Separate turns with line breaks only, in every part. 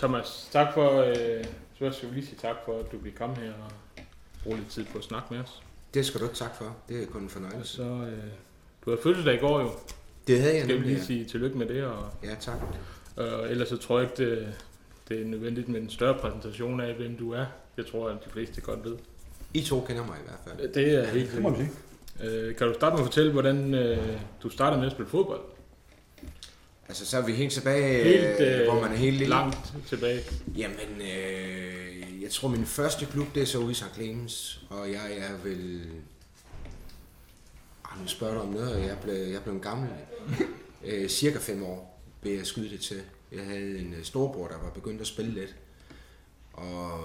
Thomas, tak for, så skal vi lige sige tak for, at du vil komme her og bruge lidt tid på at snakke med os.
Det skal du ikke tak for. Det er kun en fornøjelse.
Så, du havde fødselsdag i går jo.
Det havde jeg
skal
nemlig.
Vi lige sige tillykke med det. Og,
ja, tak.
Ellers så tror jeg ikke, det er nødvendigt med en større præsentation af, hvem du er. Jeg tror, at de fleste godt ved.
I to kender mig i hvert fald.
Det er helt
sikkert.
Kan du starte med at fortælle, hvordan du startede med at spille fodbold?
Altså, så er vi helt tilbage, hvor man er helt lille.
Langt tilbage.
Jamen, jeg tror, min første klub, det er så ude i St. Clemens, og jeg er vel... nu spørger du om noget, og jeg blev gammel. Cirka 5 år blev jeg skyde det til. Jeg havde en storbror, der var begyndt at spille lidt, og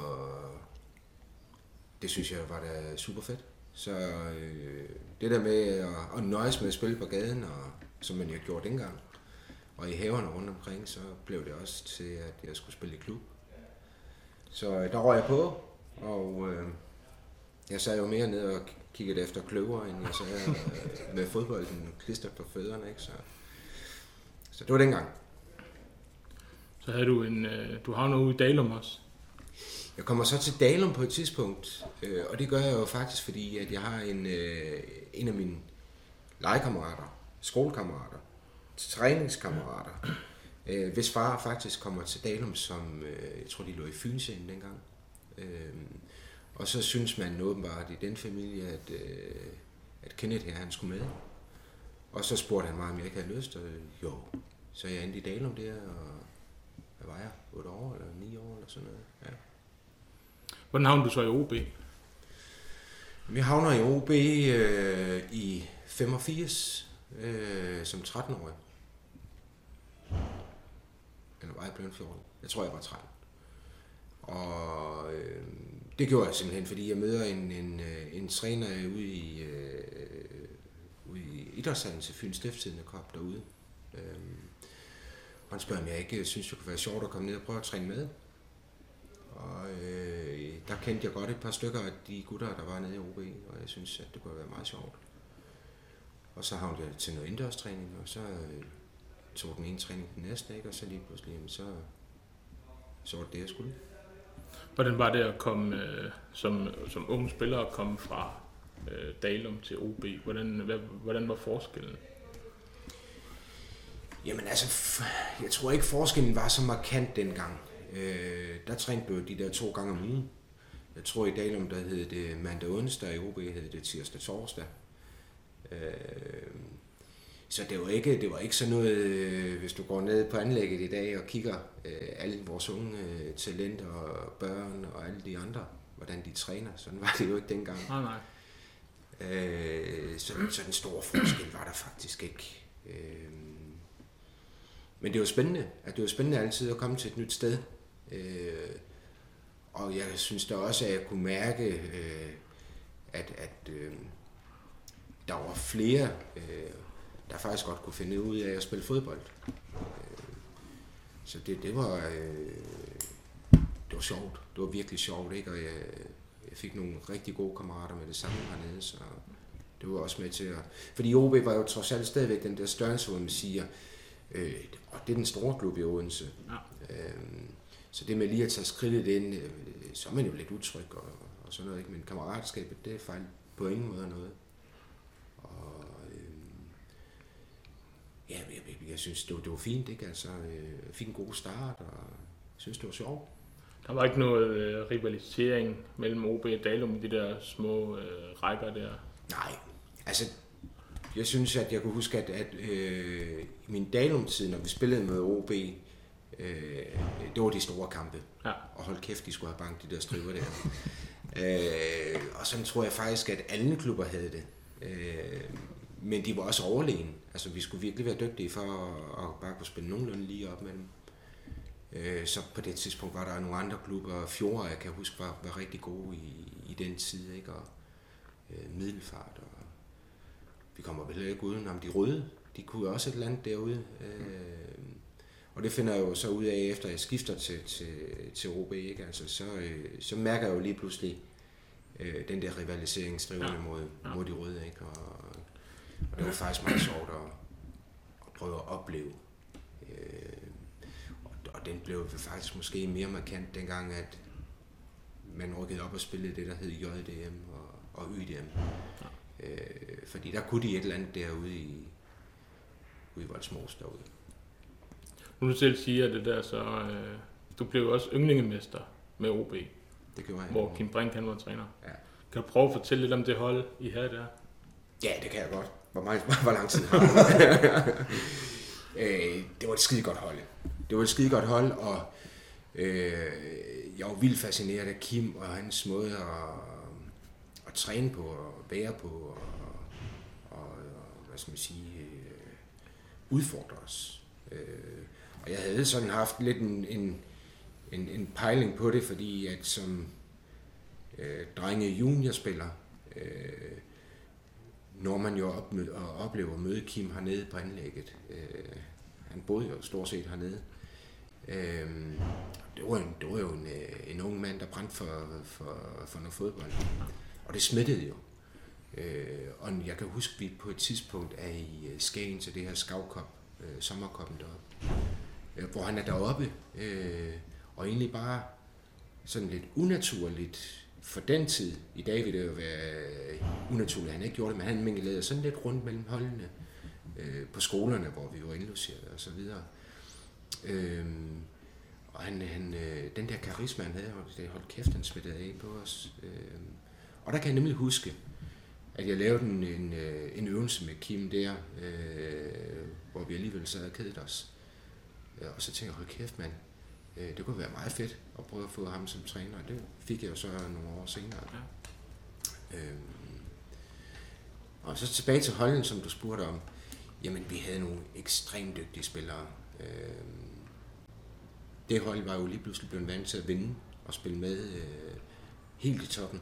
det synes jeg var da super fedt. Så det der med at nøjes med at spille på gaden, og som man jo gjorde dengang, og i haverne rundt omkring, så blev det også til, at jeg skulle spille i klub. Så der røg jeg på, og jeg sad jo mere ned og kiggede efter kløver, end jeg sad med fodbolden klistret på fødderne, ikke? Så det var dengang.
Så havde du havnet ude i Dalum også?
Jeg kommer så til Dalum på et tidspunkt, og det gør jeg jo faktisk, fordi at jeg har en af mine legekammerater, skolekammerater, træningskammerater, hvis far faktisk kommer til Dalum, som jeg tror de lå i Fynscenen dengang. Og så synes man åbenbart i den familie, at Kenneth her, han skulle med. Og så spurgte han mig, om jeg ikke havde lyst, og jo. Så jeg endte i Dalum der, og hvad var jeg? 8 år eller 9 år eller sådan noget. Ja.
Hvordan havnede du så i OB?
Jeg havner i OB i 85 som 13-årig. Eller var jeg blevet 14? Jeg tror, jeg var 13. Og det gjorde jeg simpelthen, fordi jeg møder en træner ude i idrætshallen til Fyns Stiftstidende Cup derude. Han spørger, om jeg ikke synes, det kunne være sjovt at komme ned og prøve at træne med. Og der kendte jeg godt et par stykker af de gutter, der var nede i OB, og jeg synes, at det kunne være meget sjovt. Og så havnede jeg til noget indendørstræning, og så tog den ene træning den næste, ikke? Og så lige pludselig, så var det, jeg skulle.
Hvordan var det at komme som ung spiller at komme fra Dalum til OB? Hvordan var forskellen?
Jamen altså, jeg tror ikke forskellen var så markant dengang. Der trænede du de der 2 gange om ugen. Jeg tror i Dalum, der hed det mandag onsdag, i OB hed det tirsdag torsdag. Så det var ikke sådan noget, hvis du går ned på anlægget i dag og kigger alle vores unge talenter og børn og alle de andre, hvordan de træner. Sådan var det jo ikke dengang.
Nej.
Så den store forskel var der faktisk ikke. Men det var spændende. Det var spændende altid at komme til et nyt sted. Og jeg synes da også, at jeg kunne mærke, at der var flere, der faktisk godt kunne finde ud af at spille fodbold. Så det var sjovt. Det var virkelig sjovt, ikke? Og jeg fik nogle rigtig gode kammerater med det samme hernede, så det var også med til at... Fordi OB var jo trods alt stadigvæk den der størrelse, hvor man siger, og det er den store klub i Odense. Ja. Så det med lige at tage skridtet ind, så er man jo lidt utryg og sådan noget, ikke? Men kammeratskabet, det er faktisk på ingen måde noget. Og jeg synes, det var fint, ikke? Altså, jeg fik en god start, og jeg synes, det var sjovt.
Der var ikke noget rivalisering mellem OB og Dalum i de der små rækker der?
Nej, altså, jeg synes, at jeg kunne huske, at i min Dalum-tid, når vi spillede med OB, det var de store kampe. Ja. Og hold kæft, de skulle have banket de der striber der. Og sådan tror jeg faktisk, at alle klubber havde det. Men de var også overlegen. Altså, vi skulle virkelig være dygtige for at bare kunne spille nogenlunde lige op med dem. Så på det tidspunkt var der nogle andre klubber. Fjord, jeg kan huske, var rigtig gode i den tid, ikke? Og Middelfart. Og vi kommer vel ikke uden om de røde. De kunne jo også et eller andet derude. Og det finder jeg jo så ud af, efter jeg skifter til OB, ikke? Altså, så mærker jeg jo lige pludselig den der rivaliseringsdrivende mod de røde, ikke? Og det var faktisk meget sjovt at prøve at opleve. Og den blev faktisk måske mere markant dengang, at man rykkede op og spillede det, der hed JDM og YDM. Ja. Fordi der kunne de et eller andet derude i Vollsmose derude.
Nu du selv siger det der, så du blev også yndlingemester med OB.
Det gjorde jeg.
Hvor Kim Brink han var træner.
Ja.
Kan du prøve at fortælle lidt om det hold, I havde der?
Ja, det kan jeg godt. Hvor lang tid det var et skide godt hold. Og jeg var vildt fascineret af Kim og hans måde at træne på og være på og hvad skal man sige, udfordre os. Og jeg havde sådan haft lidt en pejling på det, fordi at som drenge juniorspiller, når man jo oplever at møde Kim hernede på anlægget. Han boede jo stort set hernede. Det var jo en ung mand, der brændte for noget fodbold. Og det smittede jo. Og jeg kan huske, at vi på et tidspunkt er i Skagen til det her Skavkop, sommerkoppen deroppe, hvor han er deroppe, og egentlig bare sådan lidt unaturligt for den tid. I dag vil det jo være unaturligt, han ikke gjorde det, men han mingelede sådan lidt rundt mellem holdene på skolerne, hvor vi var indlogeret og så videre. Og den der karisma, han havde, holdt kæft, han smittede af på os. Og der kan jeg nemlig huske, at jeg lavede en øvelse med Kim der, hvor vi alligevel sad og kedede os. Og så tænkte jeg, hold kæft mand, det kunne være meget fedt at prøve at få ham som træner. Det fik jeg jo så nogle år senere. Ja. Og så tilbage til holden, som du spurgte om. Jamen, vi havde nogle ekstremt dygtige spillere. Det hold var jo lige pludselig blevet vant til at vinde og spille med helt i toppen.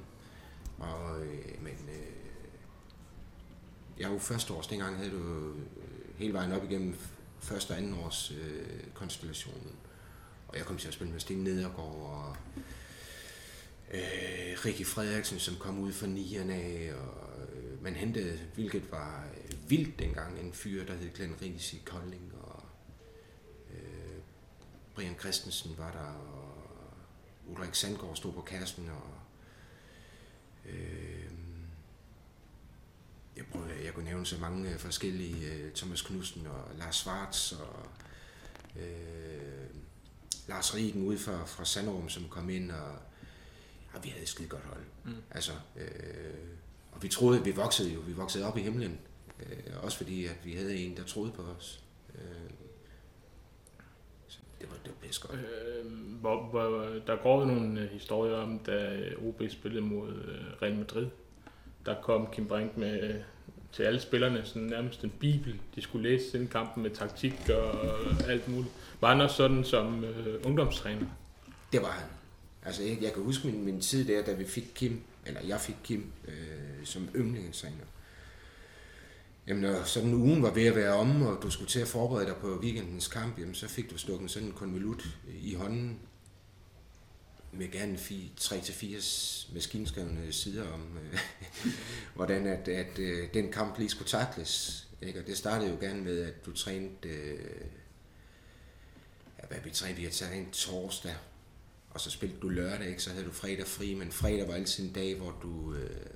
Jeg var jo første års, dengang havde du hele vejen op igennem første og anden års konstellationen. Og jeg kom til at spille med Sten Nedergaard og Rikke Frederiksen, som kom ud fra nierne af, og man hentede, hvilket var vildt dengang, en fyr, der hed Glenn Ries i Kolding, og Brian Christensen var der, og Ulrik Sandgaard stod på kassen, og jeg kunne nævne så mange forskellige, Thomas Knudsen og Lars Schwartz og Lars Rigen ude fra Sandrum, som kom ind, og vi havde et skide godt hold. Altså, og vi troede, vi voksede op i himlen, også fordi at vi havde en, der troede på os. Så det var pisse godt.
Der går jo nogle historier om, da OB spillede mod Real Madrid. Der kom Kim Brink med til alle spillerne sådan nærmest en bibel. De skulle læse sin kampen med taktik og alt muligt. Var han også sådan som ungdomstræner?
Det var han. Altså jeg kan huske min tid der, da jeg fik Kim som yndlingstræner. Jamen når sådan ugen var ved at være om, og du skulle til at forberede dig på weekendens kamp, jamen, så fik du stukket sådan en konvolut i hånden med gerne 3-4 maskinskrevne sider om, hvordan at den kamp lige skulle takles. Ikke? Og det startede jo gerne med, at du trænede, vi havde taget en torsdag, og så spillede du lørdag, ikke? Så havde du fredag fri, men fredag var altid en dag, hvor du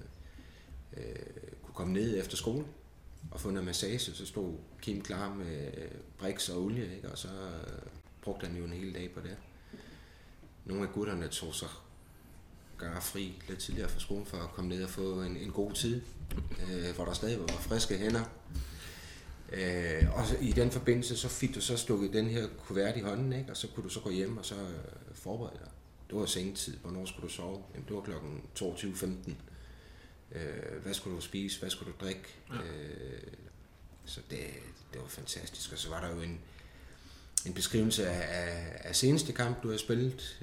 kunne komme ned efter skole og få noget massage, så stod Kim klar med briks og olie, ikke? Og så brugte han jo en hel dag på det. Nogle af gutterne tog sig fri lidt tidligere fra skolen for at komme ned og få en god tid, hvor der stadig var friske hænder. Og i den forbindelse, så fik du så stukket den her kuvert i hånden, ikke? Og så kunne du så gå hjem og så forberede dig. Det var sengetid. Hvornår skulle du sove? Jamen, det var klokken 22:15. Hvad skulle du spise? Hvad skulle du drikke? Ja. Så det var fantastisk. Og så var der jo en beskrivelse af seneste kamp, du har spillet.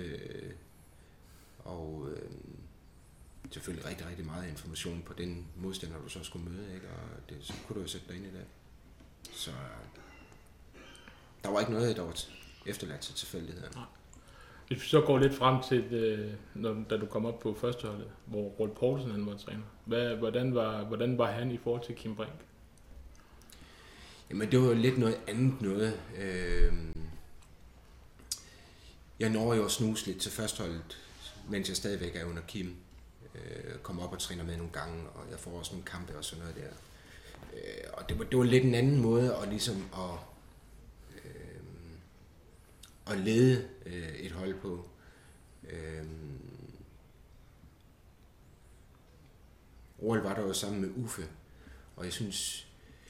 Og selvfølgelig rigtig, rigtig meget information på den modstander, du så skulle møde, ikke? Og så kunne du jo sætte dig ind i det. Så der var ikke noget, der var efterladt til tilfældigheden.
Hvis vi så går lidt frem til, da du kom op på førsteholdet, hvor Rolf Poulsen han var træner. Hvordan var han i forhold til Kim Brink?
Jamen det var lidt noget andet noget. Jeg når jo at snuse lidt til førsteholdet, mens jeg stadigvæk er under Kim. Kommer op og træner med nogle gange, og jeg får også nogle kampe og sådan noget der. Og det var lidt en anden måde at ligesom at lede et hold på. Roald var der jo sammen med Uffe, og jeg synes,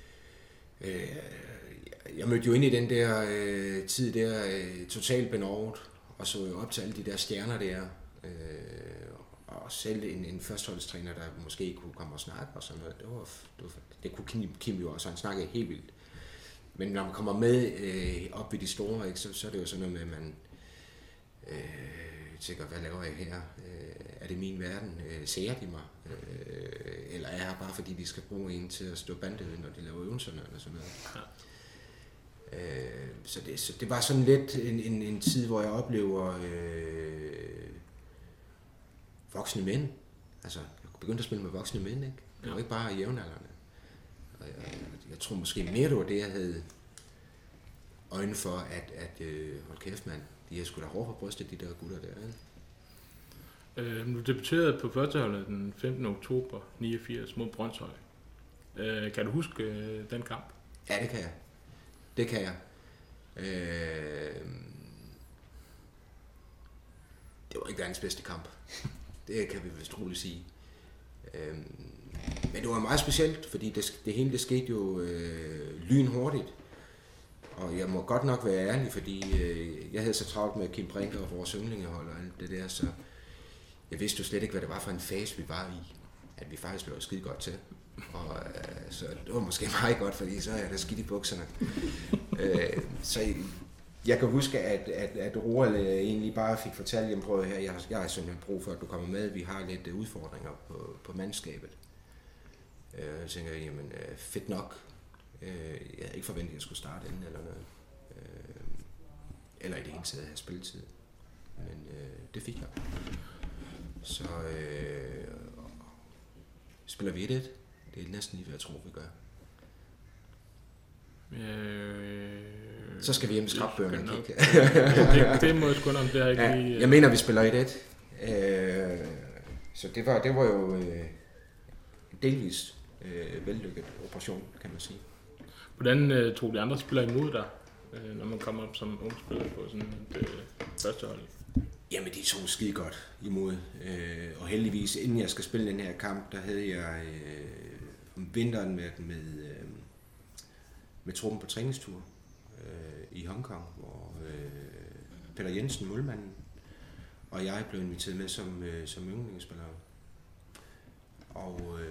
jeg mødte jo ind i den der tid der totalt benovet, og så jo op til alle de der stjerner der, og selv en førsteholdstræner, der måske ikke kunne komme og snakke og sådan noget, det kunne Kim jo også, han snakkede helt vildt. Men når man kommer med op ved de store, ikke, så er det jo sådan noget med, at man tænker, hvad laver jeg her? Er det min verden? Ser de mig? Eller er jeg her bare fordi, de skal bruge en til at stå bandet, når de laver øvelserne eller sådan noget? Ja. Så det var sådan lidt en tid, hvor jeg oplever voksne mænd. Altså, jeg begyndte at spille med voksne mænd, ikke? Det var ikke bare jævnaldrende. Jeg tror måske mere, det var det, jeg havde øjne for, at hold kæft, mand, de har sgu da hårdt på brystet, de der gutter der, ikke?
Du debuterede på førsteholdet den 15. oktober 89 mod Brøndshøj. Kan du huske den kamp?
Ja, det kan jeg. Det kan jeg. Det var ikke verdens bedste kamp. Det kan vi vist roligt sige. Men det var meget specielt, fordi det hele det skete jo lynhurtigt. Og jeg må godt nok være ærlig, fordi jeg havde så travlt med Kim Brink og vores yndlingehold og alt det der, så jeg vidste jo slet ikke, hvad det var for en fase, vi var i. At vi faktisk lå skide godt til. Og så det var måske meget godt, fordi så er jeg da skidt i bukserne. Så jeg kan huske, at Roald egentlig bare fik fortalt, jamen prøv her, jeg har simpelthen brug for, at du kommer med. Vi har lidt udfordringer på mandskabet. Jeg tænker, jamen fedt nok. Jeg havde ikke forventet, at jeg skulle starte inden eller noget. Eller i det hele taget have spilletid. Men det fik jeg. Så spiller vi 1-1. Det er næsten lige, hvad jeg tror, vi gør. Så skal vi hjem i skrabbøgerne og kigge.
Det må jeg sgu om, det har ikke lige...
Jeg mener, vi spiller 1-1. Så det var jo delvis vellykket operation, kan man sige.
Hvordan tog de andre spillere imod dig, når man kommer op som ung spiller på sådan et første hold?
Jamen, de tog skide godt imod. Og heldigvis, inden jeg skal spille den her kamp, der havde jeg om vinteren været med truppen på træningstur i Hongkong, hvor Peter Jensen, målmanden, og jeg blev inviteret med som yndlingsspiller. Og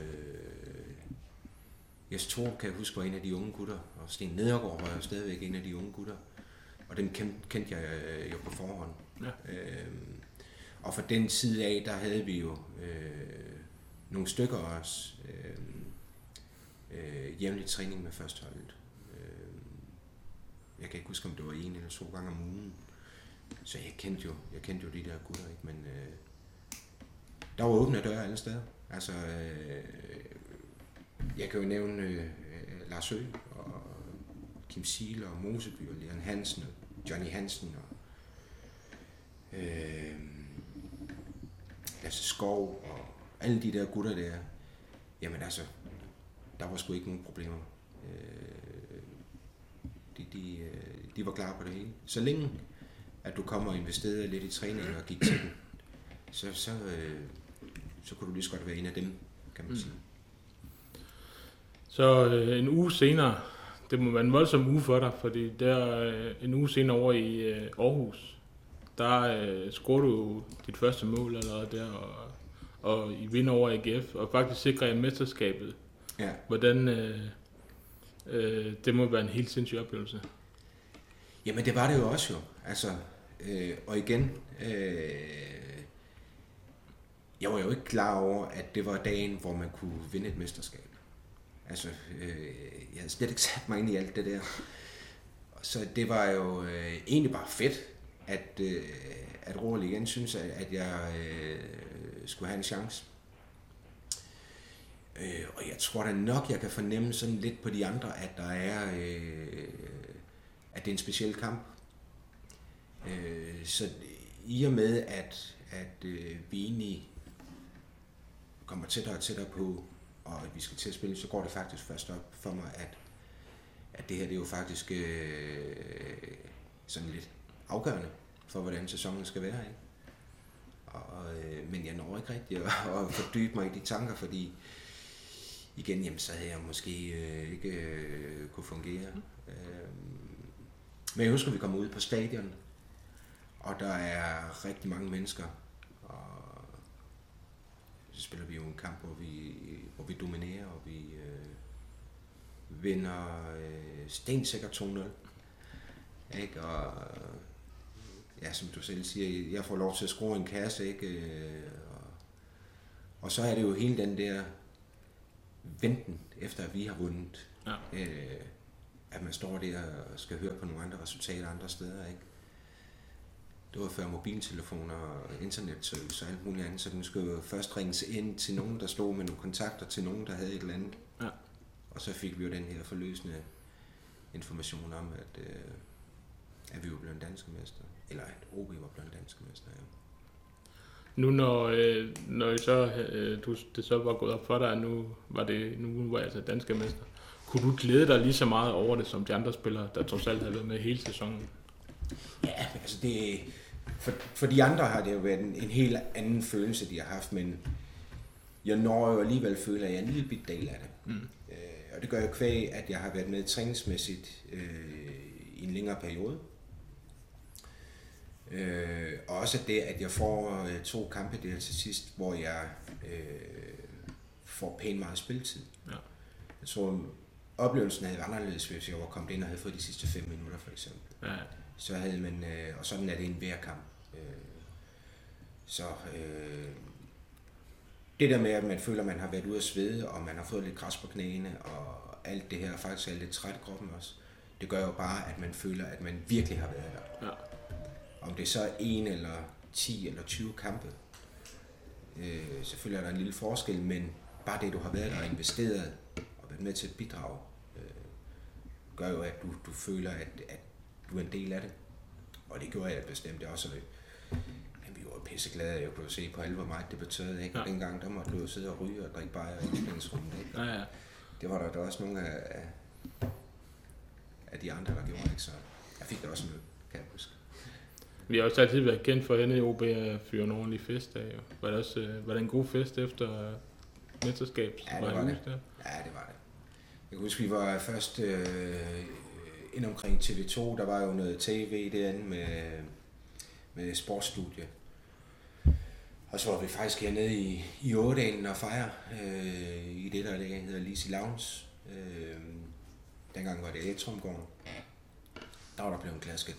Jes Thor, kan jeg huske, var en af de unge gutter, og Sten Nedergaard var jo stadigvæk en af de unge gutter, og dem kendte jeg jo på forhånd. Ja. Og fra den side af, der havde vi jo nogle stykker også jævnlig træning med førsteholdet. Jeg kan ikke huske, om det var 1 eller 2 gange om ugen. Så jeg kendte jo de der gutter, ikke? Men der var åbne døre alle steder. Altså, jeg kan jo nævne Lars Høgh og Kim Siel og Moseby og Leon Hansen og Johnny Hansen og Lasse Skov og alle de der gutter der. Jamen altså, der var sgu ikke nogen problemer. De var klar på det hele. Så længe, at du kommer og investerede lidt i træning og gik til den, så kunne du lige så godt være en af dem, kan man sige.
Så en uge senere, det må være en voldsom uge for dig, fordi der en uge senere over i Aarhus, der scorer du dit første mål allerede der, og I vinder over AGF, og faktisk sikrer I mesterskabet. Ja. Hvordan, det må være en helt sindssyg oplevelse.
Jamen det var det jo også jo, altså, og igen, jeg var jo ikke klar over, at det var dagen, hvor man kunne vinde et mesterskab. Altså, jeg havde slet ikke sat mig ind i alt det der. Så det var jo egentlig bare fedt, at Roald igen synes, at jeg skulle have en chance. Og jeg tror da nok, jeg kan fornemme sådan lidt på de andre, at der er, at det er en speciel kamp. Så i og med, at vi egentlig kommer tættere og tættere på, og at vi skal til at spille, så går det faktisk først op for mig, at det her det er jo faktisk sådan lidt afgørende for, hvordan sæsonen skal være. Ikke? Men jeg når ikke rigtig at fordybe mig i de tanker, fordi igen, jamen, så havde jeg måske ikke kunne fungere. Men jeg husker, at vi kommer ud på stadion, og der er rigtig mange mennesker, og så spiller vi jo en kamp, hvor vi dominerer, og vi vinder stensikkert 2-0. Ikke? Og ja, som du selv siger, jeg får lov til at skrue en kasse, ikke? Og så er det jo hele den der venten, efter at vi har vundet. Ja. At man står der og skal høre på nogle andre resultater andre steder, ikke? Det var før mobiltelefoner og internetservice og alt muligt andet, så den skulle jo først ringes ind til nogen, der stod med nogle kontakter til nogen, der havde et eller andet. Ja. Og så fik vi jo den her forløsende information om, at vi var blevet danske mester. Eller at OB var blevet danske mester, ja.
Nu når I så, det så var gået op for dig, at nu var jeg altså danske mester. Kunne du glæde dig lige så meget over det, som de andre spillere, der trods alt havde været med hele sæsonen?
Ja, altså det... For de andre har det jo været en helt anden følelse, de har haft, men jeg når jo alligevel føler, at jeg er en lille bit del af det. Mm. Og det gør jo kvæg, at jeg har været med træningsmæssigt i en længere periode. Og også det, at jeg får 2 kampe der til sidst, hvor jeg får pænt meget spilletid. Ja. Jeg tror, oplevelsen havde været anderledes, hvis jeg var kommet ind og havde fået de sidste 5 minutter for eksempel. Ja. Så havde man, og sådan er det en hver kamp. Det der med, at man føler, at man har været ude at svede, og man har fået lidt græs på knæene, og alt det her, faktisk er lidt træt i kroppen også, det gør jo bare, at man føler, at man virkelig har været der. Ja. Om det så er 1 eller 10 eller 20 kampe, selvfølgelig er der en lille forskel, men bare det, du har været der og investeret og været med til at bidrage, gør jo, at du føler, at du er en del af det. Og det gjorde jeg bestemt også. Vi var pisseglade, jeg kunne se på alle, hvor meget det betød. Ikke? Ja. Dengang, der måtte du jo sidde og ryge og drikke bajer i indspændingsrummet. Ja. Det var der også nogle af de andre, der gjorde. Ikke? Så jeg fik da også noget, kan jeg huske.
Vi har også altid været kendt for hende i OB at fyre en ordentlig fest af. Var det en god fest efter mesterskab?
Ja, det var det. Ja, det var det. Jeg kan huske, vi var først ind omkring TV2. Der var jo noget tv derinde med sportsstudie. Og så var vi faktisk hernede i Ådalen og fejre i det, der hedder Lisi Lounge. Dengang var det Ætrumgården. Der var der blevet klasket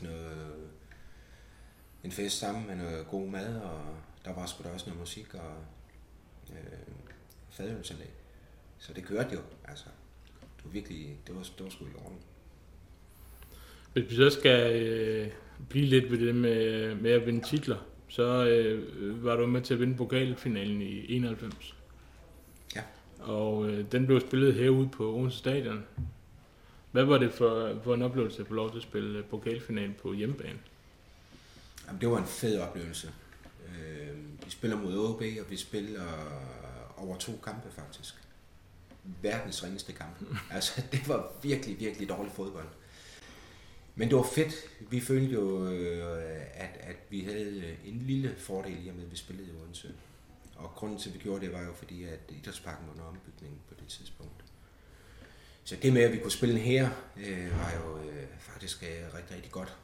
en fest sammen med noget god mad, og der var sgu da også noget musik og fadølsanlæg. Så det kørte jo, altså. Det var sgu i orden.
Hvis vi så skal blive lidt ved det med at vinde titler, så var du med til at vinde pokalfinalen i 91.
Ja.
Og den blev spillet herude på Odense Stadion. Hvad var det for en oplevelse at få lov til at spille pokalfinalen på hjemmebane?
Jamen, det var en fed oplevelse. Vi spiller mod OB, og vi spiller over 2 kampe faktisk. Verdens ringeste kamp. Altså, det var virkelig, virkelig dårlig fodbold. Men det var fedt. Vi følte jo, at vi havde en lille fordel i, at vi spillede i Odense. Og grunden til, at vi gjorde det, var jo fordi, at idrætsparken var under ombygning på det tidspunkt. Så det med, at vi kunne spille her, var jo faktisk rigtig, rigtig godt.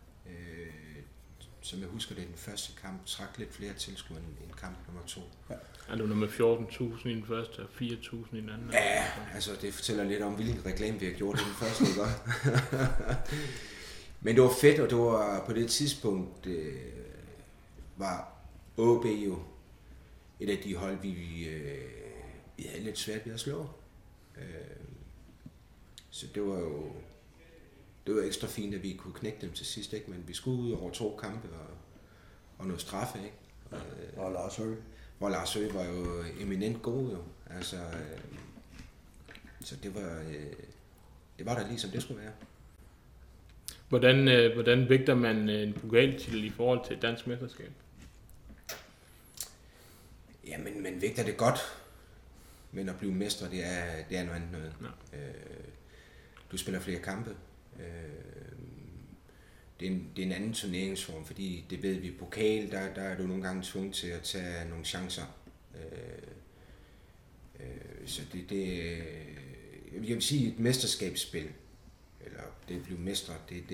Som jeg husker, det er den første kamp, trak lidt flere tilskuere end kamp nummer 2. Ja.
Er du med 14.000 i den første og 4.000 i den anden?
Ja, altså det fortæller lidt om, hvilken reklame vi har gjort i den første, ikke? Men det var fedt, og det var på det tidspunkt, var OB jo et af de hold, vi havde lidt svært ved at slå. Så det var ekstra fint, at vi kunne knække dem til sidst, ikke? Men vi skulle ud over 2 kampe og noget straffe, ikke?
Og Lars Høgh.
Hvor Lars Høgh var jo eminent god, jo. Altså, så det var der lige som det skulle være.
Hvordan vægter man en pokaltitel i forhold til et dansk mesterskab?
Jamen, man vægter det godt, men at blive mestre, det er noget andet noget. Ja. Du spiller flere kampe. Det er en anden turneringsform, fordi det ved vi, pokal, der er du nogle gange tvunget til at tage nogle chancer. Så jeg vil sige, et mesterskabsspil, eller det at blive mestre,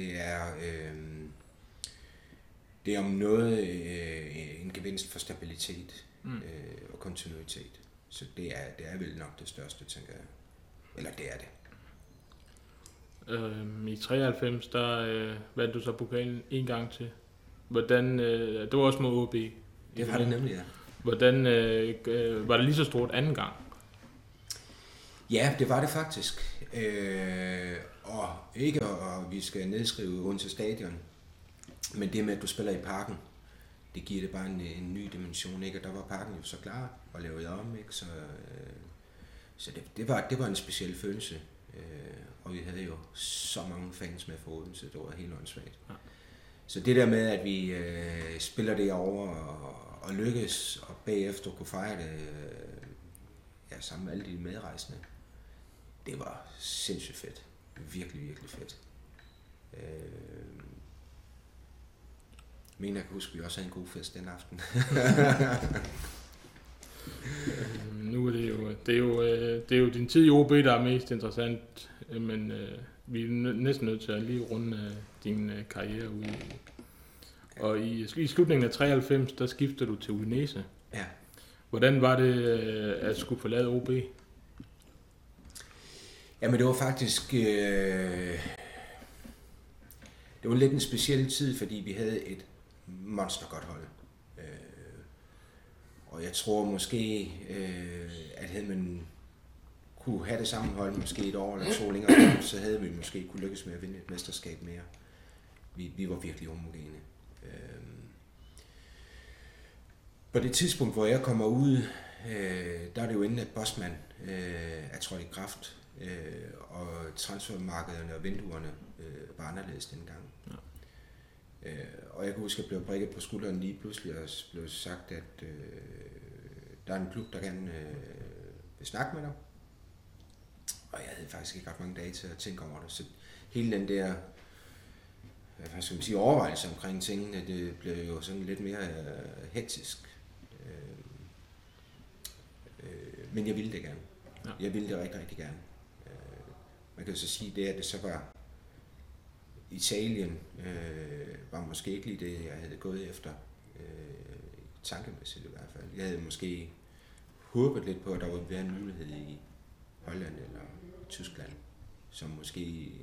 det er om noget en gevinst for stabilitet og kontinuitet. Så det er vel nok det største, tænker jeg. Eller det er det.
I 93, der vandt du så pokalen en gang til. Hvordan, det var også mod OB.
Det var det nemlig, ja.
Hvordan, var det lige så stort anden gang?
Ja, det var det faktisk. Og ikke at vi skal nedskrive Odense Stadion, men det med, at du spiller i parken, det giver det bare en ny dimension, ikke? Og der var parken jo så klar og lavet om, ikke? Så det var en speciel følelse. Og vi havde jo så mange fans med for Odense, det var helt åndssvagt. Ja. Så det der med, at vi spiller det over og lykkes, og bagefter kunne fejre det sammen med alle de medrejsende, det var sindssygt fedt. Virkelig, virkelig fedt. Men jeg kan huske, at vi også havde en god fest den aften.
Nu er det er jo din tid i OB, der er mest interessant, men vi er næsten nødt til at lige runde din karriere ud. Og i slutningen af 93, der skifter du til Udinese.
Ja.
Hvordan var det at skulle forlade OB?
Jamen det var faktisk det var lidt en speciel tid, fordi vi havde et monstergodt hold. Og jeg tror måske, at havde man kunne have det samme hold måske et år eller to længere, så havde vi måske kunne lykkes med at vinde et mesterskab mere. Vi var virkelig homogene. På det tidspunkt, hvor jeg kommer ud, der er det jo inden, at Bosman er trådt i kraft, og transfermarkederne og vinduerne var anderledes dengang. Ja. Og jeg kan huske, at jeg blev prikket på skulderen lige pludselig, og blev sagt, at der er en klub, der gerne vil snakke med dig. Og jeg havde faktisk ikke ret mange dage til at tænke over det. Så hele den der overvejelse omkring tingene, det blev jo sådan lidt mere hektisk. Men jeg ville det gerne. Ja. Jeg ville det rigtig, rigtig gerne. Man kan så sige det, at det så var Italien, var måske ikke lige det, jeg havde gået efter, tankemæssigt i hvert fald. Jeg havde måske håbet lidt på, at der ville være en mulighed i Holland eller Tyskland, som måske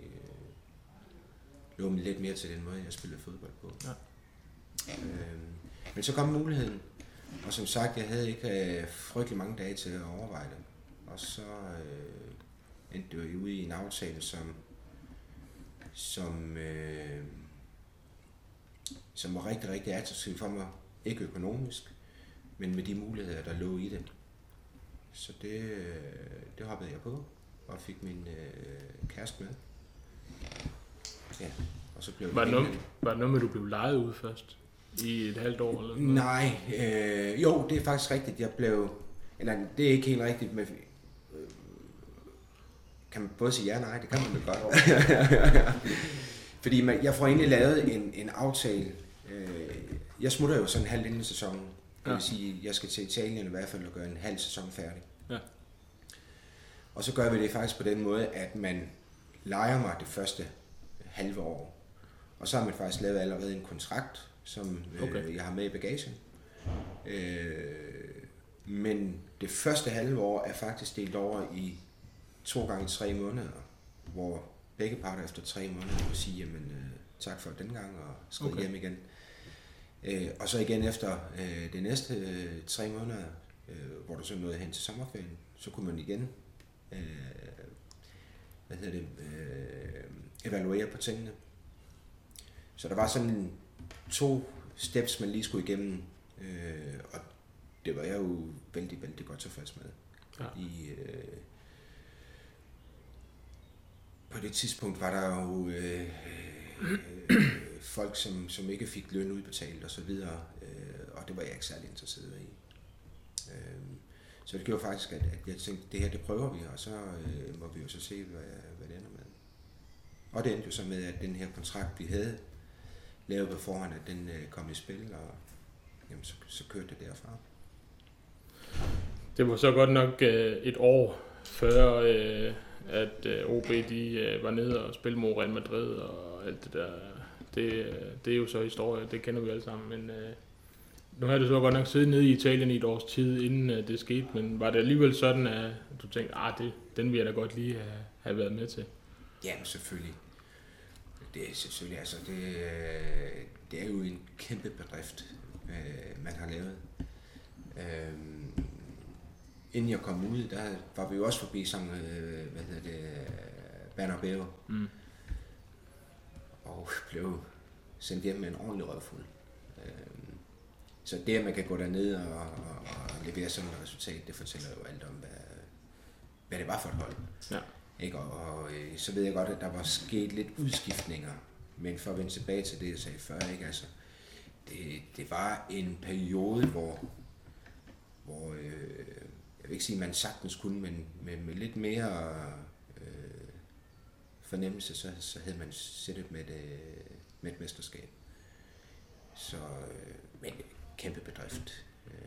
lå mig lidt mere til den måde, jeg spillede fodbold på. Ja. Men så kom muligheden, og som sagt, jeg havde ikke frygtelig mange dage til at overveje det. Og så endte det jo ude i en aftale, som var rigtig, rigtig attraktiv for mig. Ikke økonomisk, men med de muligheder, der lå i det. Så det hoppede jeg på, og fik min kæreste med. Ja, og så blev
var det noget med, at du blev lejet ud først? I et halvt år? Eller noget?
Nej, jo, det er faktisk rigtigt. Jeg blev... Eller det er ikke helt rigtigt, men... Kan man både sige ja og nej? Det kan man jo godt. Fordi jeg får egentlig lavet en aftale. Jeg smutter jo sådan en halv inden sæsonen. Det vil sige, at jeg skal til Italien i hvert fald og gøre en halv sæson færdig. Ja. Og så gør vi det faktisk på den måde, at man lejer mig det første halve år. Og så har man faktisk lavet allerede en kontrakt, som jeg har med i bagagen. Men det første halve år er faktisk delt over i 2 gange 3 måneder, hvor begge parter efter 3 måneder vil sige, jamen tak for den gang og skride hjem igen. Og så igen efter det næste 3 måneder, hvor du så nåede hen til sommerferien, så kunne man igen evaluere på tingene. Så der var sådan 2 steps, man lige skulle igennem, og det var jeg jo vældig, vældig godt tilfreds med. Ja. På det tidspunkt var der jo folk, som ikke fik løn udbetalt og så videre, og det var jeg ikke særlig interesseret i. Så det gjorde faktisk, at jeg tænkte, det her, det prøver vi, og så må vi jo så se, hvad det ender med. Og det endte jo så med, at den her kontrakt, vi havde lavet på forhånd, at den kom i spil, og jamen, så kørte det derfra.
Det var så godt nok et år før, at OB de var nede og spille mod Real Madrid og alt det der. Det er jo så historie, det kender vi alle sammen, men nu har du så godt nok siddet nede i Italien i et års tid, inden det skete, men var det alligevel sådan, at du tænkte, den vil jeg da godt lige have været med til?
Jamen selvfølgelig. Det er selvfølgelig, altså det er jo en kæmpe bedrift, man har lavet. Inden jeg kom ud, der var vi jo også forbi sammen med, Bernabeu. Og blev sendt hjem med en ordentlig røvfuld. Så det, at man kan gå derned og levere sådan et resultat, det fortæller jo alt om, hvad det var for et hold.
Ja.
Ikke? Og så ved jeg godt, at der var sket lidt udskiftninger, men for at vende tilbage til det, jeg sagde før, ikke? Altså, det var en periode, hvor jeg vil ikke sige, at man sagtens kunne, men med lidt mere fornemmelse, så havde man sættet med et mesterskab. Så, men kæmpe bedrift.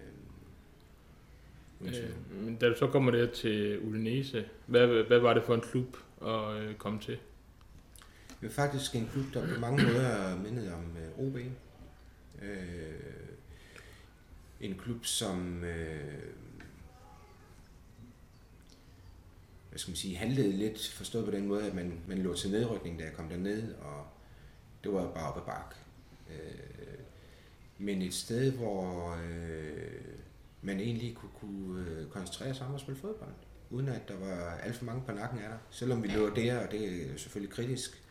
Men da du så kommer der til Udinese, hvad var det for en klub at komme til?
Det var faktisk en klub, der på mange måder mindede om OB. En klub, som hvad skal man sige, handlede lidt forstået på den måde, at man lå til nedrykning, da jeg kom derned, og det var bare op ad bakke. Men et sted, hvor man egentlig kunne koncentrere sig om at spille fodbold, uden at der var alt for mange på nakken af der. Selvom vi lå der, og det er selvfølgelig kritisk,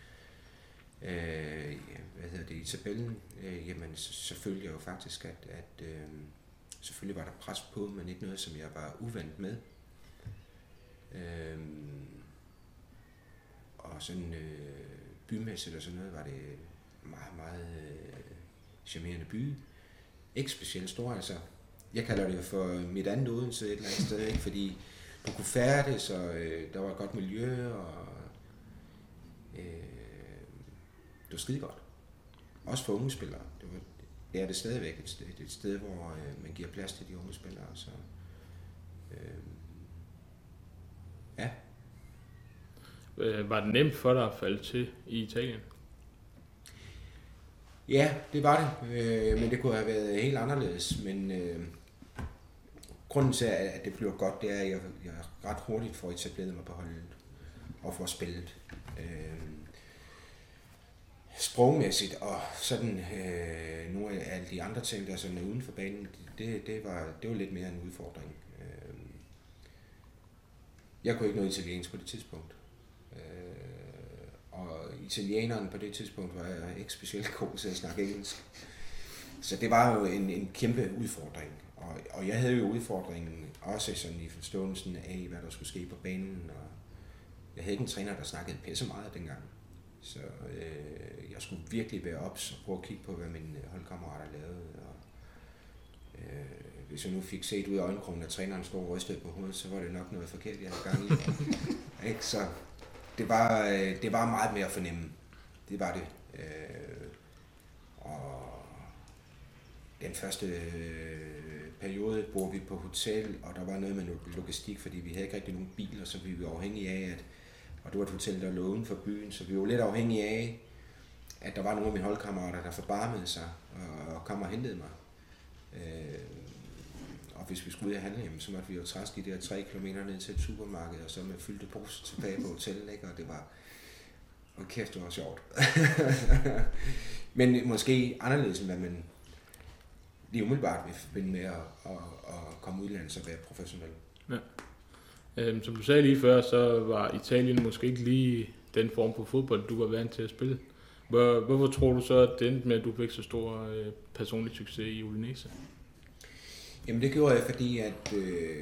i tabellen, jamen selvfølgelig jo faktisk, at selvfølgelig var der pres på, men ikke noget, som jeg var uvant med. Og sådan bymæssigt og sådan noget, var det meget, meget charmerende by. Ikke specielt stor, altså. Jeg kalder det for mit andet Odense et eller andet sted, ikke? Fordi du kunne færdes, og der var et godt miljø, og det var skide godt. Også for unge spillere. Det er det stadigvæk et sted, hvor man giver plads til de unge spillere. Så, ja.
Var det nemt for dig at falde til i Italien?
Ja, det var det, men det kunne have været helt anderledes, men grunden til, at det bliver godt, det er, at jeg ret hurtigt får etableret mig på holdet og får spillet. Sprogmæssigt og sådan nogle af alle de andre ting, der sådan er uden for banen, det var lidt mere en udfordring. Jeg kunne ikke noget italiensk på det tidspunkt. Og italieneren på det tidspunkt var jeg ikke specielt god til at snakke engelsk. Så det var jo en kæmpe udfordring. Og jeg havde jo udfordringen også sådan i forståelsen af, hvad der skulle ske på banen. Og jeg havde ikke en træner, der snakkede pisse meget dengang. Så jeg skulle virkelig være ops og prøve at kigge på, hvad mine holdkammerater lavede. Og, hvis jeg nu fik set ud af øjenkrogen, at træneren stod og rystede på hovedet, så var det nok noget forkert, jeg havde gang i. Ikke? Så det var meget mere at fornemme. Det var det. Og den første periode boede vi på hotel, og der var noget med logistik, fordi vi havde ikke rigtig nogen biler, så vi var afhængige af, og det var et hotel, der lå uden for byen, så vi var lidt afhængige af, at der var nogle af mine holdkammerater, der forbarmede sig og kom og hentede mig. Og hvis vi skulle ud og handle, jamen, så måtte vi jo træske de der 3 kilometer ned til et supermarked, og så med fyldte poser tilbage på hotellet, ikke? Og det var, kæft, det var sjovt. Men måske anderledes, end hvad man lige umiddelbart vil forbinde med at komme udlandet og være professionel. Ja.
Som du sagde lige før, så var Italien måske ikke lige den form for fodbold, du var vant til at spille. Hvorfor tror du så, at det endte med, at du fik så stor personlig succes i Udinese?
Jamen det gjorde jeg, fordi at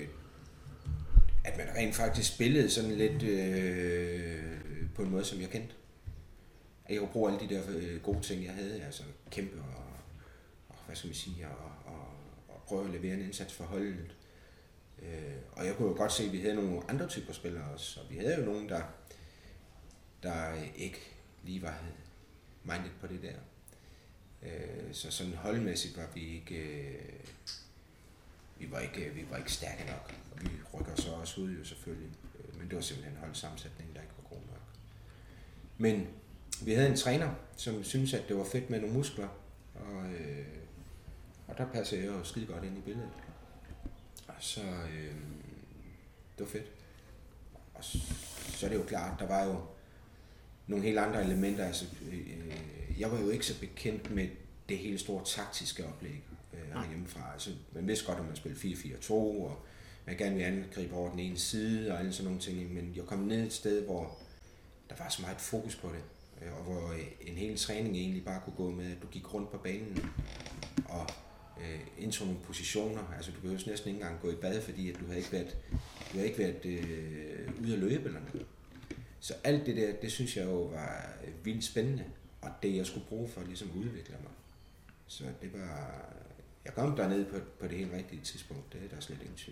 man rent faktisk spillede sådan lidt på en måde, som jeg kendte. at jeg kunne bruge alle de der gode ting, jeg havde, altså kæmpe og hvad skal man sige, og prøve at levere en indsats for holdet. Og jeg kunne jo godt se, at vi havde nogle andre typer spillere også, og vi havde jo nogen, der ikke lige var mindet på det der. Så sådan holdmæssigt var vi ikke, vi var ikke stærke nok, og vi rykker så også ud jo selvfølgelig, men det var simpelthen holdsammensætningen, der ikke var god nok. Men vi havde en træner, som syntes, at det var fedt med nogle muskler, og der passede jeg jo skide godt ind i billedet. Og så, det var fedt. Og så er det jo klart, der var jo nogle helt andre elementer. Altså, jeg var jo ikke så bekendt med det hele store taktiske oplæg herhjemmefra. Altså, man vidste godt, at man spillede 4-4-2, og man gerne ville angribe over den ene side, og alle sådan nogle ting. Men jeg kom ned et sted, hvor der var så meget fokus på det, og hvor en hel træning egentlig bare kunne gå med, at du gik rundt på banen, og indtog nogle positioner. Altså, du behøver næsten ikke engang gå i bad, fordi at du havde ikke været ude at løbe eller noget. Så alt det der, det synes jeg jo var vildt spændende, og det jeg skulle bruge for ligesom at udvikle mig. Så det var, jeg kom derned på det helt rigtige tidspunkt, det er der slet ingen tvivl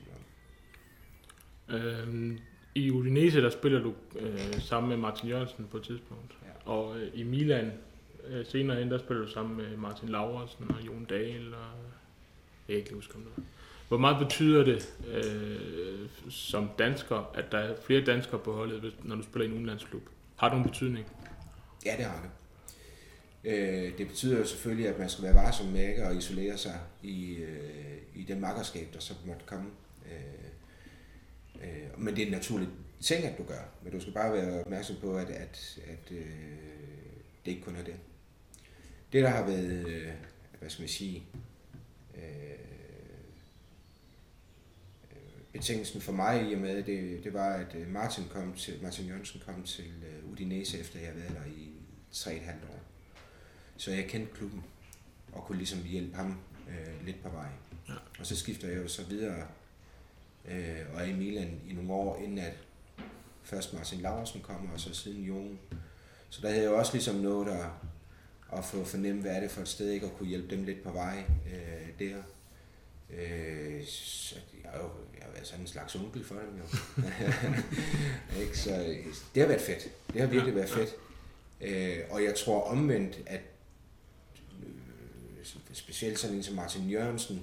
om.
I Udinese, der spiller du sammen med Martin Jørgensen på et tidspunkt, ja. Og i Milan senere hen, der spiller du sammen med Martin Laursen og Jon Dahl, og jeg kan ikke huske om det. Hvor meget betyder det som dansker, at der er flere danskere på holdet, når du spiller i en udenlandsklub? Har det nogen betydning?
Ja, det har det. Det betyder jo selvfølgelig, at man skal være varsom med ikke at isolere sig i den makkerskab, der så måtte komme. Men det er en naturlig ting, at du gør. Men du skal bare være opmærksom på, at det ikke kun er det. Det, der har været, hvad skal man sige, betingelsen for mig i og med, det var, at Martin Jørgensen kom til Udinese, efter jeg havde været der i 3,5 år. Så jeg kendte klubben, og kunne ligesom hjælpe ham lidt på vej. Ja. Og så skifter jeg jo så videre, og er i Milan i nogle år, inden at først Martin Laursen kommer, og så siden Jon. Så der havde jeg jo også ligesom noget at få fornemme, hvad er det for et sted, ikke, at kunne hjælpe dem lidt på vej der. Så jeg har været sådan en slags onkel for dem jo. Ikke? Så det har været fedt. Det har virkelig været fedt. Og jeg tror omvendt, at specielt sådan en som Martin Jørgensen,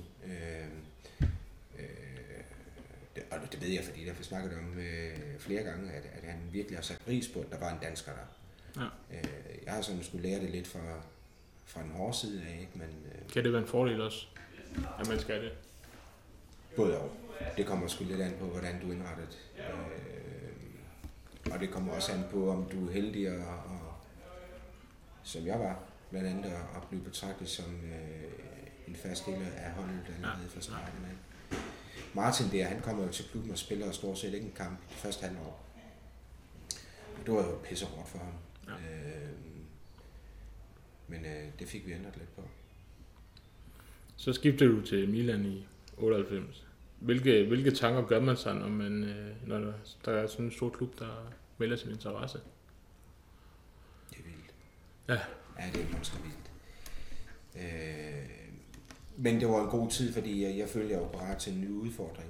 og det ved jeg, fordi derfor snakkede om flere gange, at han virkelig har sat pris på, at der var en dansker der. Ja. Jeg har sådan skulle lære det lidt fra en hårde side af, ikke? Men
kan det være en fordel også, at man skal det?
Både og. Det kommer sgu lidt an på, hvordan du er indrettet. Og det kommer også an på, om du er heldig, og som jeg var, blandt andet at blive betragtet som en fast del af holdet allerede fra starten af. Martin der, han kommer jo til klubben og spiller stort set ikke en kamp i første halvår. Det var jo pissehårdt for ham. Ja. Men det fik vi ændret lidt på.
Så skiftede du til Milan i 98. Hvilke tanker gør man sig, når der er sådan en stor klub, der melder sin interesse?
Det er vildt.
Ja.
Ja, det er monster vildt. Men det var en god tid, fordi jeg følte, jeg var parat til en ny udfordring.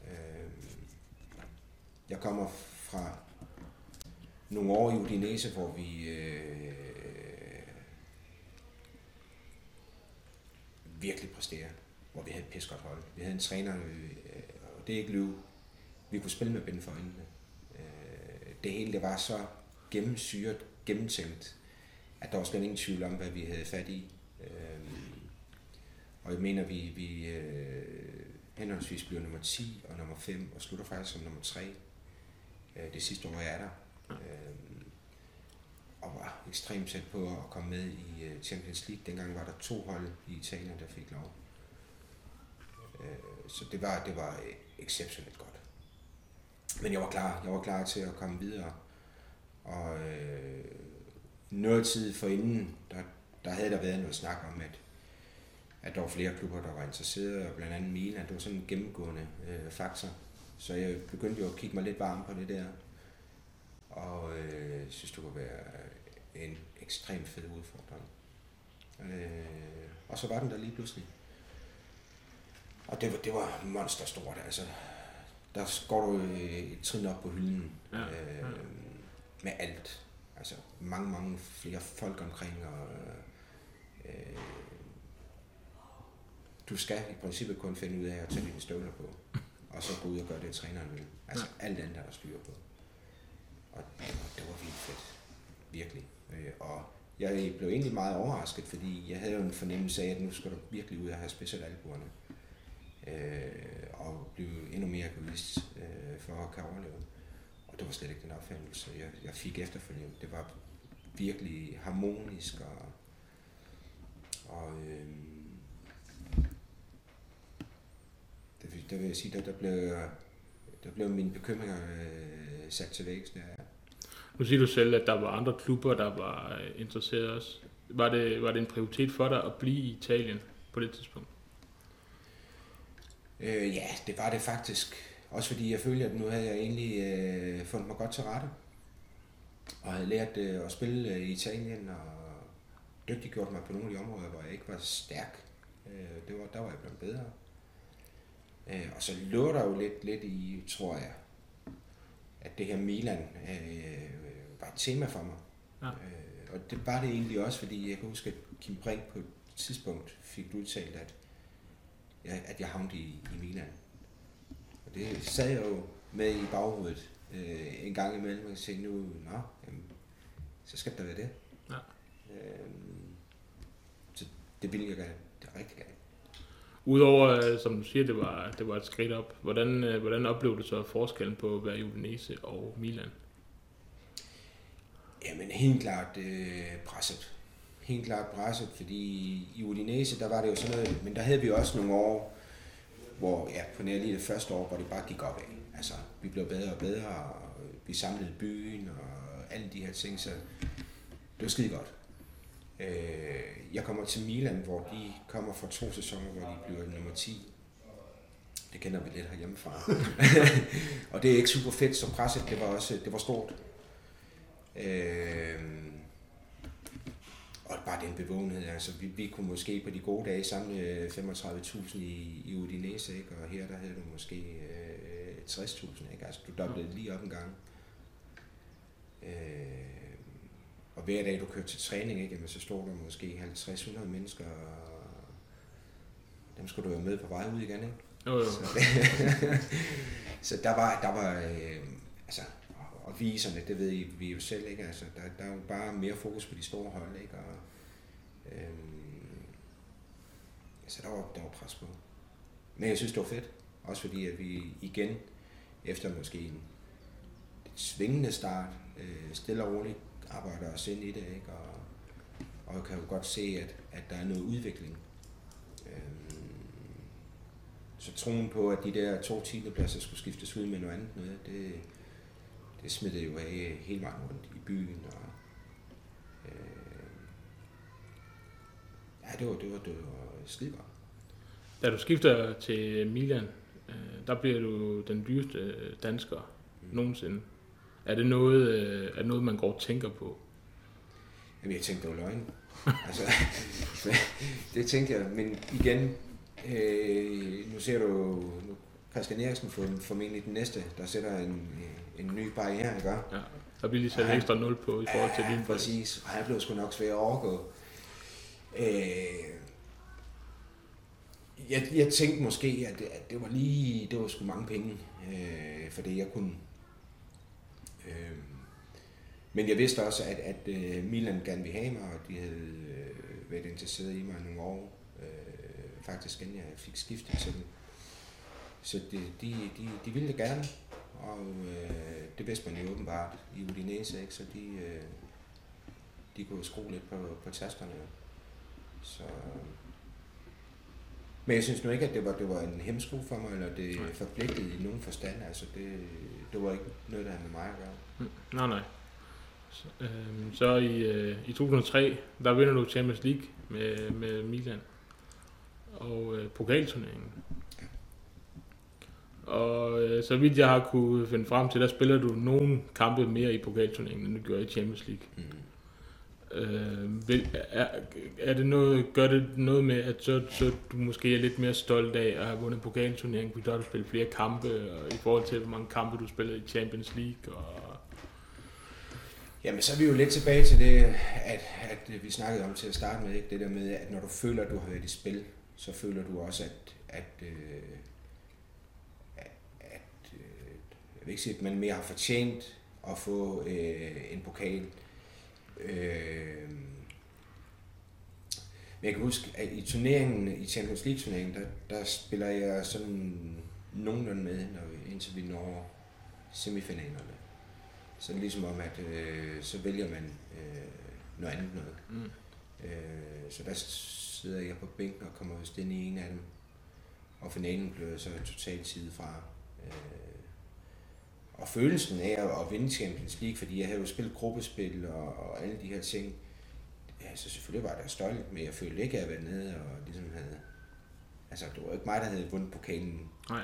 Jeg kommer fra nogle år i Udinese, hvor vi virkelig præsterer, hvor vi havde et pissegodt hold. Vi havde en træner, og det er ikke løv. Vi kunne spille med bind for øjnene. Det hele det var så gennemsyret, gennemtænkt, at der var slet ingen tvivl om, hvad vi havde fat i. Og jeg mener, vi henholdsvis bliver nummer 10 og nummer 5, og slutter faktisk som nummer 3 det sidste år, jeg er der. Og var ekstremt tæt på at komme med i Champions League. Dengang var der 2 hold i Italien, der fik lov. Så det var exceptionelt godt. Men jeg var klar til at komme videre. Og noget tid forinden, der havde der været noget snak om, at der var flere klubber, der var interesserede, og blandt andet Milan. Det var sådan en gennemgående faktor. Så jeg begyndte jo at kigge mig lidt varm på det der. Og synes, det kunne være en ekstremt fed udfordring. Og så var den der lige pludselig. Og det var monsterstort, altså. Der går du et trin op på hylden med alt. Altså mange flere folk omkring, og du skal i princippet kun finde ud af at tage dine støvler på, og så gå ud og gøre det, træneren vil. Altså alt andet er der styr på. Og det var vildt fedt. Virkelig. Og jeg blev egentlig meget overrasket, fordi jeg havde jo en fornemmelse af, at nu skal du virkelig ud og have specialalbuerne. Og blive endnu mere bevidst for at kan overleve. Og det var slet ikke den opfattelse, jeg fik efterfølgende. Det var virkelig harmonisk, og der vil jeg sige, der blev mine bekymringer sat til vækst.
Nu siger du selv, at der var andre klubber, der var interesseret også. Var det en prioritet for dig at blive i Italien på det tidspunkt?
Ja, det var det faktisk. Også fordi jeg følte, at nu havde jeg egentlig fundet mig godt til rette. Og havde lært at spille i Italien, og dygtiggjort mig på nogle af de områder, hvor jeg ikke var stærk. Der var jeg blevet bedre. Og så lå der jo lidt i, tror jeg, at det her Milan var et tema for mig. Ja. Og det var det egentlig også, fordi jeg kan huske, at Kim Brink på et tidspunkt fik udtalt, at jeg havnede i Milan. Og det sad jeg jo med i baghovedet en gang imellem, og tænkte nu, så skal der være det. Ja. Så det ville jeg gerne. Det er rigtig gerne.
Udover, som du siger, det var et skridt op. Hvordan oplevede du så forskellen på at være i Udinese og Milan?
Jamen helt klart presset. Helt klart presset, fordi i Udinese, der var det jo sådan noget, men der havde vi også nogle år, hvor på nær lige det første år, hvor det bare gik opad. Altså, vi blev bedre og bedre, og vi samlede byen og alle de her ting, så det var skide godt. Jeg kommer til Milan, hvor de kommer fra 2 sæsoner, hvor de bliver nummer 10. Det kender vi lidt herhjemmefra. Og det er ikke super fedt, så presset, det var stort. Og bare den bevågenhed, altså vi kunne måske på de gode dage samle 35.000 i Udinese, ikke? Og her der havde du måske 60.000, ikke? Altså du doblede lige op en gang. Og hver dag du kørte til træning, ikke? Jamen, så stod der måske 50-100 mennesker, og dem skulle du jo med på vej ud igen, ikke?
Jo.
Så der var altså, og viserne, det ved vi jo selv, ikke? Altså, der er jo bare mere fokus på de store hold, ikke? Og altså, der var pres på. Men jeg synes, det var fedt. Også fordi, at vi igen, efter måske en svingende start, stille og roligt arbejder os ind i det, ikke? Og jeg kan jo godt se, at der er noget udvikling. Så troen på, at de der 2 tiendepladser skulle skiftes ud med noget andet, det smittede jo af hele vejen rundt i byen. Og, det var skide godt.
Da du skifter til Milan, der bliver du den dyreste dansker nogensinde. Er det noget, man går og tænker på?
Jamen, jeg tænkte, det var løgn. Altså, det tænkte jeg, men igen, nu ser du Christian Eriksen formentlig den næste, der sætter en ny barriere, ikke?
Ja, der bliver lige sat ekstra 0 på i forhold til din.
Præcis, og han blev sgu nok svær at overgå. Jeg tænkte måske, at det var sgu mange penge, for det jeg kunne. Men jeg vidste også, at Milan gerne ville have mig, og de havde været interesseret i mig i nogle år. Faktisk inden jeg fik skiftet til dem. Så de ville det gerne, og det vidste man jo åbenbart i Udinese, ikke? Så de kunne skrue lidt på tasterne. Så, men jeg synes nu ikke, at det var en hemsko for mig, eller det forpligtede i nogen forstand. Altså det var ikke noget, der havde med mig at gøre.
Nej. Så i 2003, der vinder du Champions League med Milan og pokalturneringen. Og så vidt jeg har kunne finde frem til, der spiller du nogle kampe mere i pokalturneringen, end du gjorde i Champions League. er det noget, gør det noget med, at så du måske er lidt mere stolt af at have vundet pokalturneringen, fordi der har du spillet flere kampe, og i forhold til, hvor mange kampe du spillede i Champions League?
Jamen, så er vi jo lidt tilbage til det, at vi snakkede om til at starte med, ikke? Det der med, at når du føler, at du har været i spil, så føler du også, at jeg vil ikke sige, at man mere har fortjent at få en pokal. Men jeg kan huske, at i turneringen, i Champions League-turneringen, der spiller jeg sådan nogenlunde med, indtil vi når semifinalerne. Så er det ligesom om, at så vælger man noget andet noget. Så der sidder jeg på bænken og kommer vist ind i en af dem. Og finalen blev så totalt sidet fra. Og følelsen af at vinde Champions League, fordi jeg havde jo spillet gruppespil og alle de her ting. Ja, så selvfølgelig var det stolt, men jeg følte ikke, at jeg var nede og ligesom havde... Altså, det var ikke mig, der havde vundet pokalen.
Nej.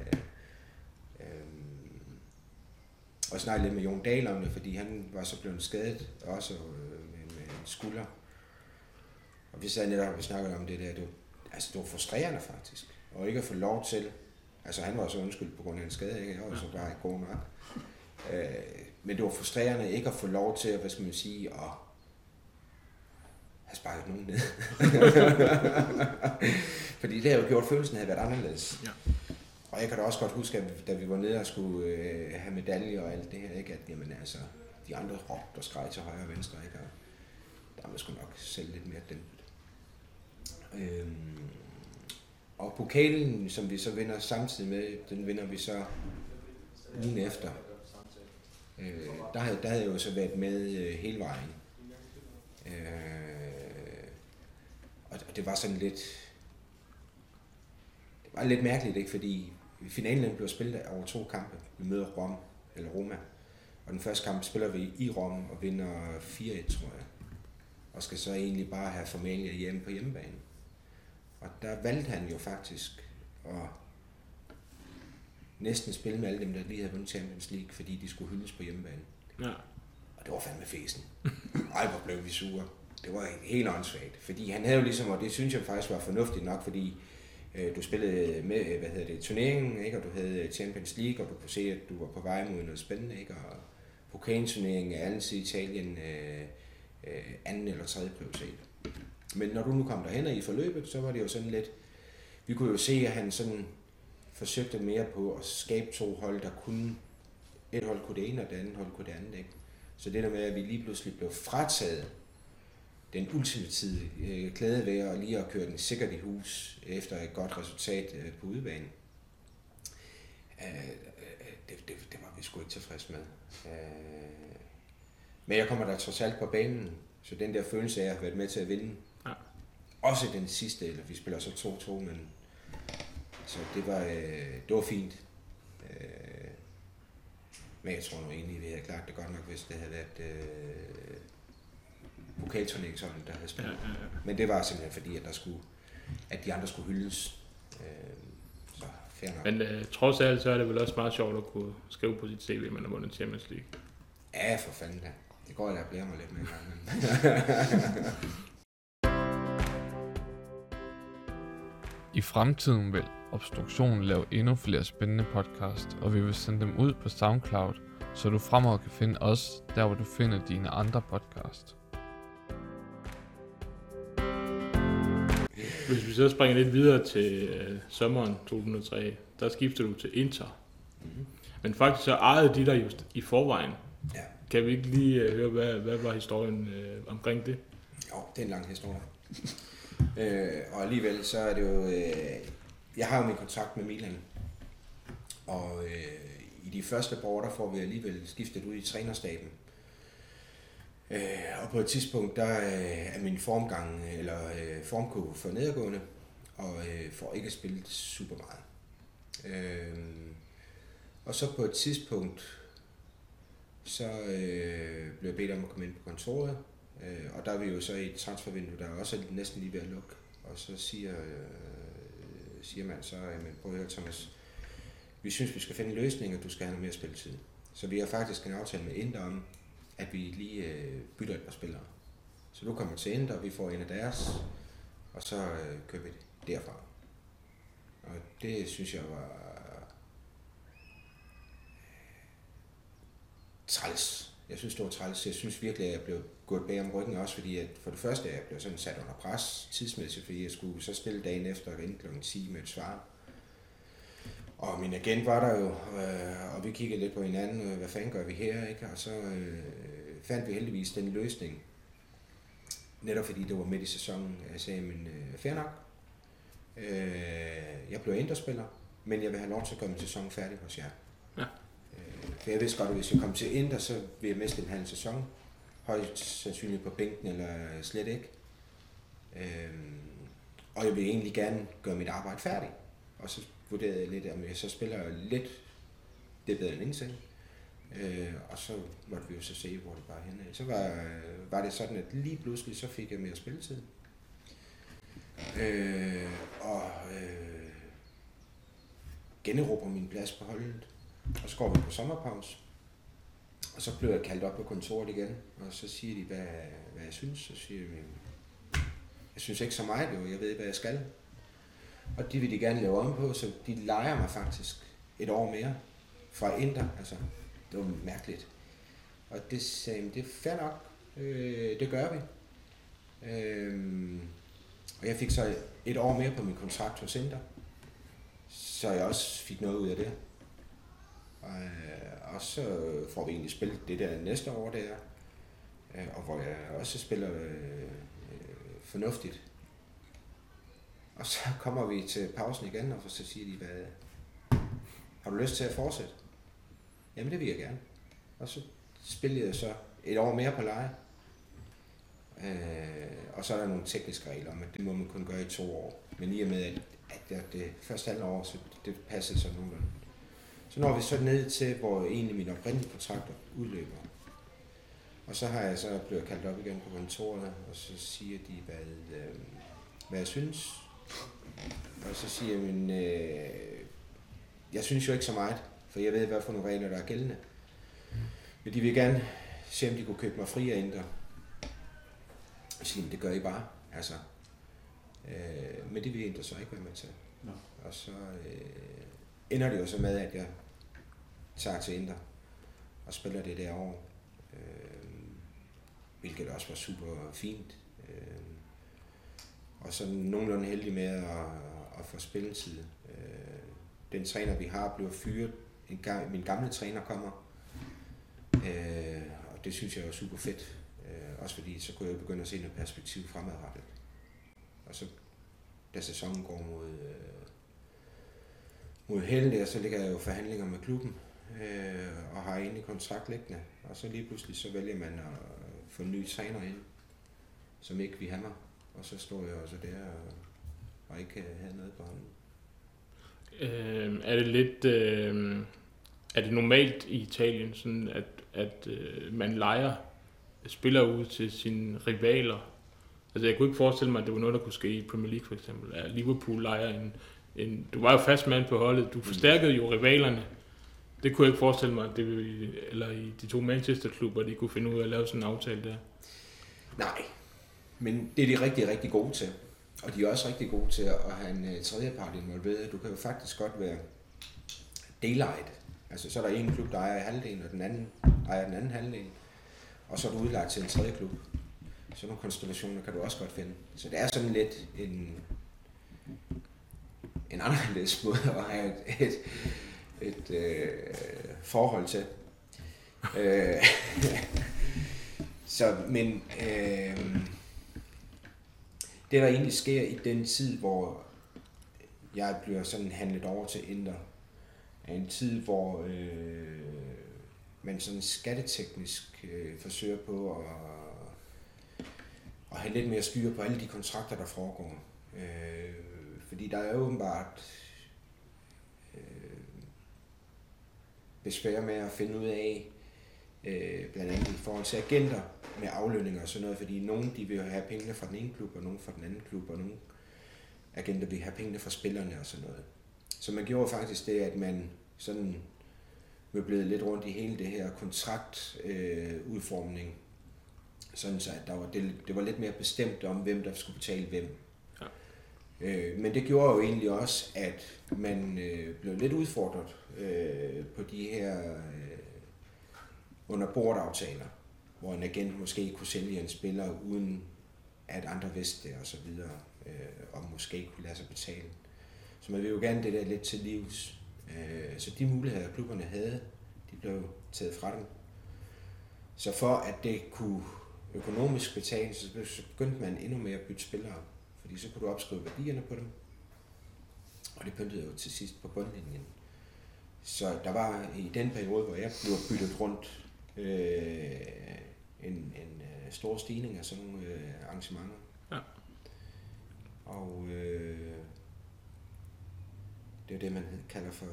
Og snakkede lidt med Jon Dahl om det, fordi han var så blevet skadet også med en skulder. Og vi sad netop og snakkede om det der, det var frustrerende faktisk, og ikke at få lov til, altså han var så undskyldt på grund af en skade, ikke? Jeg var så bare ikke god nok. Men det var frustrerende ikke at få lov til, hvad skal man sige, at have sparket nogen ned. Fordi det har jo gjort, følelsen havde været anderledes. Ja. Og jeg kan da også godt huske, at da vi var nede og skulle have medaljer og alt det her, ikke? At jamen, altså, de andre råbte og skreg til højre og venstre, ikke? Og der er man sgu nok selv lidt mere dæmpet. Og pokalen, som vi så vinder samtidig med, den vinder vi så ugen efter. Der havde jeg jo så været med hele vejen. Og det var sådan lidt... Det var lidt mærkeligt, ikke? Fordi finalen blev spillet over 2 kampe. Vi møder Roma. Og den første kamp spiller vi i Rom og vinder 4-1, tror jeg. Og skal så egentlig bare have formalia hjemme på hjemmebane. Og der valgte han jo faktisk at næsten spille med alle dem, der lige havde vundet Champions League, fordi de skulle hyldes på hjemmebane. Ja. Og det var fandme fesen. Ej, hvor blev vi sure. Det var helt åndssvagt. Fordi han havde jo ligesom, og det synes jeg faktisk var fornuftigt nok, fordi du spillede med, turneringen, ikke? Og du havde Champions League, og du kunne se, at du var på vej mod noget spændende, ikke? Og pokalturneringen er altid i Italien anden eller tredje prioritet. Men når du nu kom derhen og i forløbet, så var det jo sådan lidt... Vi kunne jo se, at han sådan forsøgte mere på at skabe 2 hold, der kunne... Et hold kunne det ene, og det andet hold kunne det andet, ikke? Så det der med, at vi lige pludselig blev frataget den ultimative glæde ved at lige at køre den sikkert i hus efter et godt resultat på udebane. Det var vi sgu ikke tilfreds med. Men jeg kommer der trods alt på banen, så den der følelse af at have været med til at vinde. Ja. Også den sidste, eller vi spiller så 2-2, men så det var fint. Men jeg tror nu egentlig, vi havde klart det godt nok, hvis det havde været pokalturneringsholdet, der havde spillet. Ja. Men det var simpelthen fordi, at de andre skulle hyldes. Så fair nok.
Men trods alt, så er det vel også meget sjovt at kunne skrive på sit CV, man har vundet Champions League.
Ja, for fanden da. Det går, jeg bliver mig lidt med gangen.
I fremtiden vil Obstruktion lave endnu flere spændende podcast, og vi vil sende dem ud på SoundCloud, så du fremover kan finde os der, hvor du finder dine andre podcast.
Hvis vi så springer lidt videre til sommeren 2003, der skifter du til Inter. Mm-hmm. Men faktisk så ejede de der just i forvejen. Ja. Kan vi ikke lige høre, hvad var historien omkring det?
Jo, det er en lang historie. Og alligevel så er det jo... jeg har jo min kontrakt med Milan. Og i de første par år, der får vi alligevel skiftet ud i trænerstaben. Og på et tidspunkt, der er min formgang, eller formkurve for nedadgående, og får ikke spillet super meget. Og så på et tidspunkt, så blev jeg bedt om at komme ind på kontoret, og der er vi jo så i et transfervindue, der er også næsten lige ved at lukke. Og så siger man så, prøv at høre Thomas, vi synes vi skal finde en løsning, og du skal have noget mere spilletid. Så vi har faktisk en aftale med Inter om, at vi lige bytter et par spillere. Så du kommer til Inter, vi får en af deres, og så køber vi det derfra. Og det synes jeg var træls. Jeg synes, det var træls. Jeg synes virkelig, at jeg blev gået bag om ryggen også, fordi at for det første, jeg blev sådan sat under pres tidsmæssigt, fordi jeg skulle så spille dagen efter inden kl. 10 med et svar. Og min agent var der jo, og vi kiggede lidt på hinanden, hvad fanden gør vi her, ikke? Og så fandt vi heldigvis den løsning. Netop fordi det var midt i sæsonen. Jeg sagde, men fair nok. Jeg blev Inter-spiller, men jeg vil have lov til at gøre min sæson færdig hos jer. Ja. For jeg vidste godt, at hvis jeg kom til Inter, så vil jeg miste en halv sæson. Højst sandsynligt på bænken, eller slet ikke. Og jeg vil egentlig gerne gøre mit arbejde færdigt. Og så vurderede jeg lidt, om jeg så spiller lidt, det er bedre end ingenting. Og så måtte vi jo så se, hvor det bare henne. Så var det sådan, at lige pludselig så fik jeg mere spilletid. Generober min plads på holdet. Og så går vi på sommerpause. Og så blev jeg kaldt op på kontoret igen. Og så siger de, hvad jeg synes. Så siger jeg synes ikke så meget, jo. Jeg ved, hvad jeg skal. Og de vil de gerne lave om på, så de lejer mig faktisk et år mere fra Inter. Altså, det var mærkeligt. Og det sagde det er fair nok. Det gør vi. Og jeg fik så et år mere på min kontrakt hos Inter. Så jeg også fik noget ud af det. Og så får vi egentlig spillet det der næste år der. Og hvor jeg også spiller fornuftigt. Og så kommer vi til pausen igen, og så siger de, har du lyst til at fortsætte? Jamen det vil jeg gerne. Og så spillede jeg så et år mere på leje. Og så er der nogle tekniske regler om, at det må man kun gøre i 2 år. Men i og med, at det første halve år, så det passede så nogenlunde. Så når vi så ned til, hvor egentlig mine oprindelige kontrakter udløber. Og så har jeg så blevet kaldt op igen på kontoret, og så siger de, hvad jeg synes. Og så siger jeg, jeg synes jo ikke så meget, for jeg ved, hvad for nogle regler, der er gældende. Men de vil gerne se, om de kunne købe mig fri af Inter. Og sige, det gør I bare. Altså. Men det vil Inter så ikke være med til. No. Og så ender det jo så med, at jeg tager til Inter og spiller det der år. Hvilket også var super fint. Og så nogenlunde heldig med at få spilletid. Den træner, vi har, blev fyret. Min gamle træner kommer. Og det synes jeg var super fedt. Også fordi, så kunne jeg begynde at se noget perspektiv fremadrettet. Og så, da sæsonen går mod heldig, og så ligger jeg jo forhandlinger med klubben. Og har egentlig kontrakt liggende. Og så lige pludselig, så vælger man at få en ny træner ind, som ikke vil have mig. Og så står jeg også der og ikke havde noget på hånden.
Er det lidt... er det normalt i Italien, sådan at man lejer spillere ud til sine rivaler? Altså jeg kunne ikke forestille mig, at det var noget, der kunne ske i Premier League for eksempel. At Liverpool lejer du var jo fast mand på holdet. Du forstærkede jo rivalerne. Det kunne jeg ikke forestille mig, at det eller i de 2 Manchester-klubber, de kunne finde ud af at lave sådan en aftale der.
Nej, men det er de rigtig, rigtig gode til. Og de er også rigtig gode til at have en tredjepart involveret. Du kan jo faktisk godt være delejet. Altså så er der en klub, der ejer halvdelen, og den anden ejer den anden halvdel. Og så er du udlejet til en tredje klub. Sådan nogle konstellationer kan du også godt finde. Så det er sådan lidt en anderledes måde at have et forhold til. Men det der egentlig sker i den tid, hvor jeg bliver sådan handlet over til Inter, er en tid, hvor man sådan skatteteknisk forsøger på at have lidt mere styr på alle de kontrakter, der foregår. Fordi der er åbenbart besvær med at finde ud af, blandt andet i forhold til agenter med aflønninger og sådan noget, fordi nogen de vil have pengene fra den ene klub, og nogen fra den anden klub, og nogle agenter vil have pengene fra spillerne og sådan noget. Så man gjorde faktisk det, at man sådan møblede lidt rundt i hele det her kontraktudformning Sådan så at det var lidt mere bestemt om, hvem der skulle betale hvem. Ja. Men det gjorde jo egentlig også, at man blev lidt udfordret på de her underbordaftaler, hvor en agent måske kunne sælge en spiller uden at andre vidste det og så videre, og måske ikke kunne lade sig betale. Så man vil jo gerne det der lidt til livs. Så de muligheder, klubberne havde, de blev taget fra dem. Så for at det kunne økonomisk betales, så begyndte man endnu mere at bytte spillere, fordi så kunne du opskrive værdierne på dem. Og det pyntede jo til sidst på bundlinjen. Så der var i den periode, hvor jeg blev byttet rundt, en stor stigning af sådan nogle arrangementer. Ja. Og det er det, man kalder for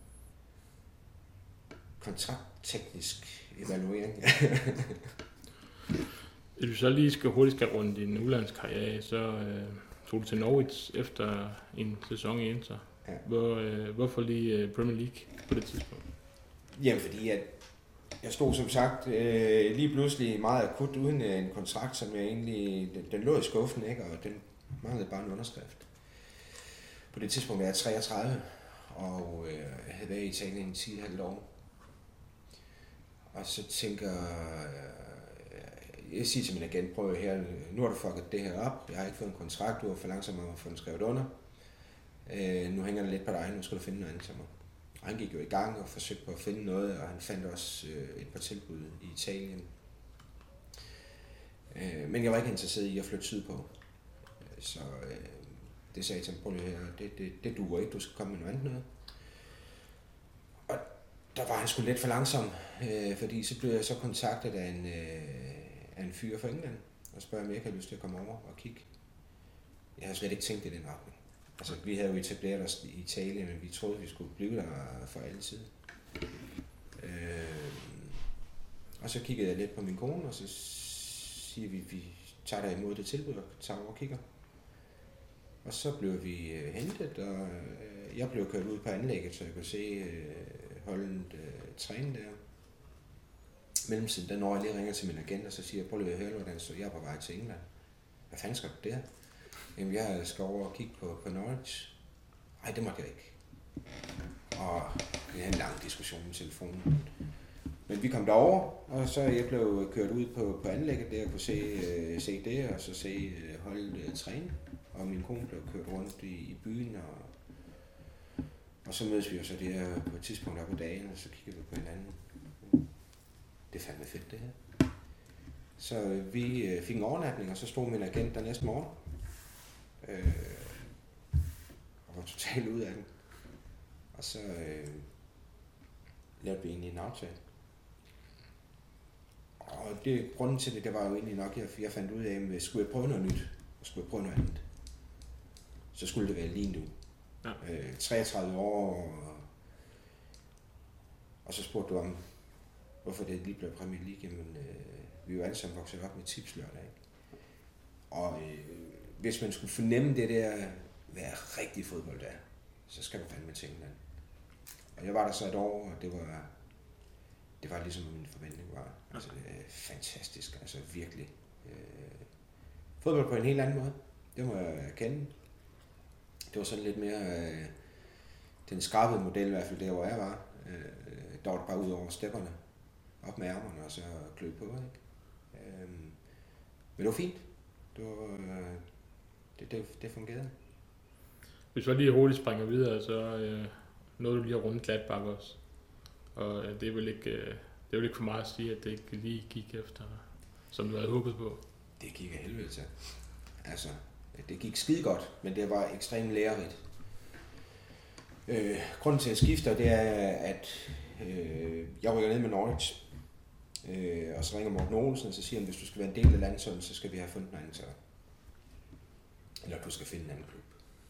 kontraktteknisk evaluering.
Hvis du så lige hurtigt skal runde din udlandskarriere, så tog du til Norwich efter en sæson i Inter. Ja. Hvorfor lige Premier League på det tidspunkt?
Jamen fordi jeg stod som sagt lige pludselig meget akut uden en kontrakt, som jeg egentlig, den lå i skuffen, ikke? Og den manglede bare en underskrift. På det tidspunkt var jeg 33, og jeg havde været i Italien i 10,5 år. Og så tænker jeg siger til min agent, prøv her, nu har du fucket det her op, jeg har ikke fået en kontrakt, du har for langsomt at få den skrevet under. Nu hænger det lidt på dig, nu skal du finde noget andet til mig. Og han gik jo i gang og forsøgte på at finde noget, og han fandt også et par tilbud i Italien. Men jeg var ikke interesseret i at flytte sydpå. Så det sagde jeg til ham, prøv her, det duer ikke, du skal komme med noget andet noget. Og der var han sgu lidt for langsom, fordi så blev jeg så kontaktet af en fyr fra England, og spørger, om jeg ikke havde lyst til at komme over og kigge. Jeg havde slet ikke tænkt i den retning. Altså, vi havde jo etableret os i Italien, men vi troede, vi skulle blive der for altid. Og så kiggede jeg lidt på min kone, og så siger vi tager der imod det tilbud og tager over og kigger. Og så blev vi hentet, og jeg blev kørt ud på anlægget, så jeg kunne se holdet træne der. Mellemtiden, der når jeg lige ringer til min agent, og så siger jeg, prøv lige at høre, hvordan så jeg er på vej til England. Hvad fanden skal du der? Jamen, jeg skal over og kigge på Norwich. Nej, det måtte jeg ikke. Og vi havde en lang diskussion med telefonen. Men vi kom derover, og så jeg blev kørt ud på anlægget der, og kunne se det, og så se holdet træne. Og min kone blev kørt rundt i byen, og så mødes vi jo så der på et tidspunkt op på dagen, og så kigger vi på hinanden. Det er fandme fedt, det her. Så vi fik en overnatning, og så stod min agent der næste morgen. Og var totalt ud af den. Og så lavede vi egentlig en aftale. Og grunden til det var jo egentlig nok, at jeg fandt ud af, at skulle jeg prøve noget nyt, og skulle jeg prøve noget andet, så skulle det være lige nu. Ja. 33 år, og så spurgte du om, hvorfor det lige blev Premier League. Men vi er jo alle sammen vokset op med tipslørdag, ikke? Og hvis man skulle fornemme det der, være rigtig fodbold der, så skal man fandme til England. Og jeg var der så et år, og det var ligesom min forventning var. Altså det er fantastisk, altså virkelig. Fodbold på en helt anden måde, det må jeg erkende. Det var sådan lidt mere den skrabede model, i hvert fald der, hvor jeg var. Der var det bare ud over stepperne, op med ærmerne og så klø på, ikke? Men det var fint. Det fungerede.
Hvis du lige hurtigt springer videre, så nåede du lige at runde Gladbach også. Og det er vel ikke for meget at sige, at det ikke lige gik efter, som du havde håbet på.
Det gik af helvede til. Altså, det gik skide godt, men det var ekstremt lærerigt. Grunden til at skifte, det er, at jeg rykker ned med Norwich. Og så ringer Morten Olsen, og så siger han, hvis du skal være en del af landsholdet, så skal vi have fundet en anden til dig. Eller du skal finde en anden klub.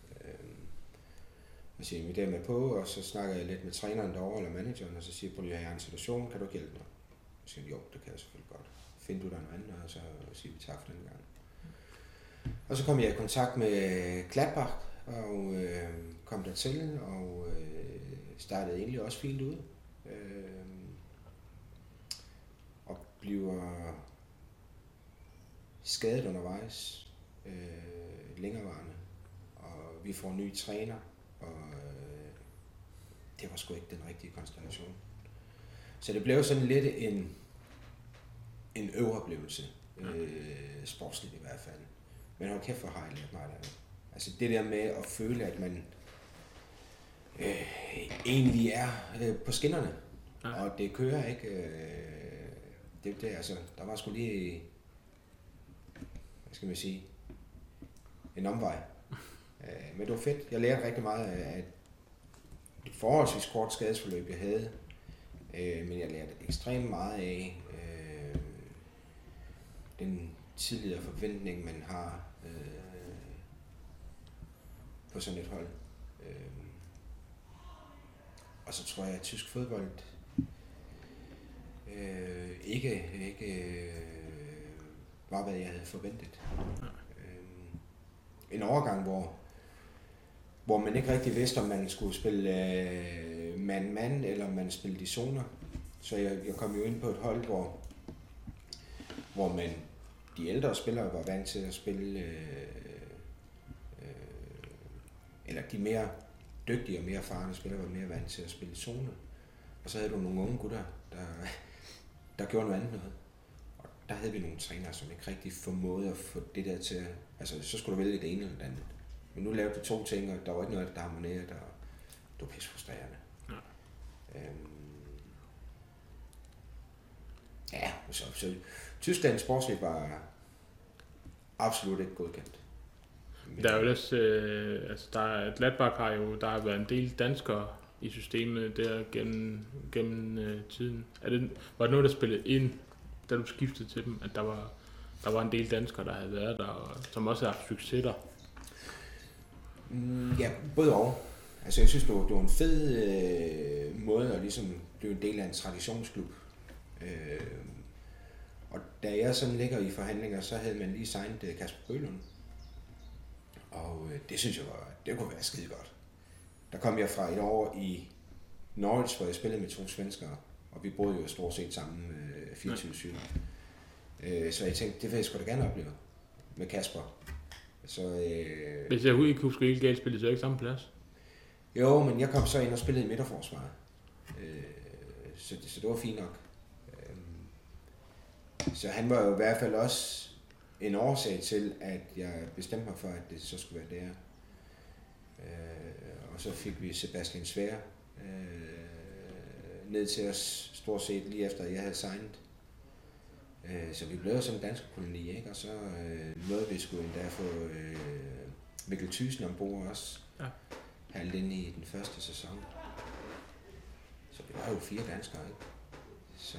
Og så siger vi der med på, og så snakker jeg lidt med træneren derovre, eller manageren, og så siger jeg, jeg er i en situation, kan du hjælpe mig? Så siger jeg, jo, det kan jeg selvfølgelig godt. Finder du der noget andet, og så siger vi tak for den gang. Og så kom jeg i kontakt med Gladbach, og kom der til, og startede egentlig også fint ud. Og bliver skadet undervejs, længerevarende, og vi får en ny træner, og det var sgu ikke den rigtige konstellation. Så det blev sådan lidt en øveoplevelse, sportsligt i hvert fald. Men hold kæft, hvor har jeg lært mig der. Altså det der med at føle, at man egentlig er på skinnerne, og det kører ikke. Det altså, der var sgu lige, hvad skal man sige, en omvej. Men det var fedt. Jeg lærte rigtig meget af et forholdsvis kort skadesforløb, jeg havde. Men jeg lærte ekstremt meget af den tidligere forventning, man har på sådan et hold. Og så tror jeg, at tysk fodbold ikke var, hvad jeg havde forventet. En overgang, hvor man ikke rigtig vidste, om man skulle spille mand-mand, eller om man spillede i zoner. Så jeg kom jo ind på et hold, hvor de ældre spillere var vant til at spille, eller de mere dygtige og mere erfarne spillere var mere vant til at spille zoner. Og så havde du nogle unge gutter, der gjorde noget andet noget. Og der havde vi nogle trænere, som ikke rigtig formåede at få det der til. Altså, så skulle du vælge det ene eller det andet. Men nu lavede du 2 ting, og der var ikke noget, der harmonerede, der var pissefrustrerende. Ja. Så Tysklands sportsligt var absolut ikke godkendt.
Der er jo også, Gladbach har jo, der har været en del danskere i systemet der gennem tiden. Var det noget, der spillede ind, da du skiftede til dem, at der var en del danskere, der havde været der, og som også har haft succes der?
Ja, både og. Altså jeg synes, det var en fed måde at ligesom blive en del af en traditionsklub. Og da jeg sådan ligger i forhandlinger, så havde man lige signet Kasper Bølund. Og det synes jeg det kunne være skide godt. Der kom jeg fra et år i Norwich, hvor jeg spillede med 2 svenskere, og vi boede jo stort set sammen 24/7. Så jeg tænkte, det vil jeg sgu da gerne opleve med Kasper. Så,
hvis jeg ikke husker helt galt, spillede så ikke samme plads?
Jo, men jeg kom så ind og spillede i midterforsvaret. Så det var fint nok. Så han var jo i hvert fald også en årsag til, at jeg bestemte mig for, at det så skulle være der. Og så fik vi Sebastian Svær ned til os stort set lige efter, at jeg havde signet. Så vi blev som en dansk koloni, ikke? Og så nåede vi skulle endda få Mikkel Thyssen ombord også. Ja. Halvt inde i den første sæson. Så vi var jo 4 danskere, ikke? Så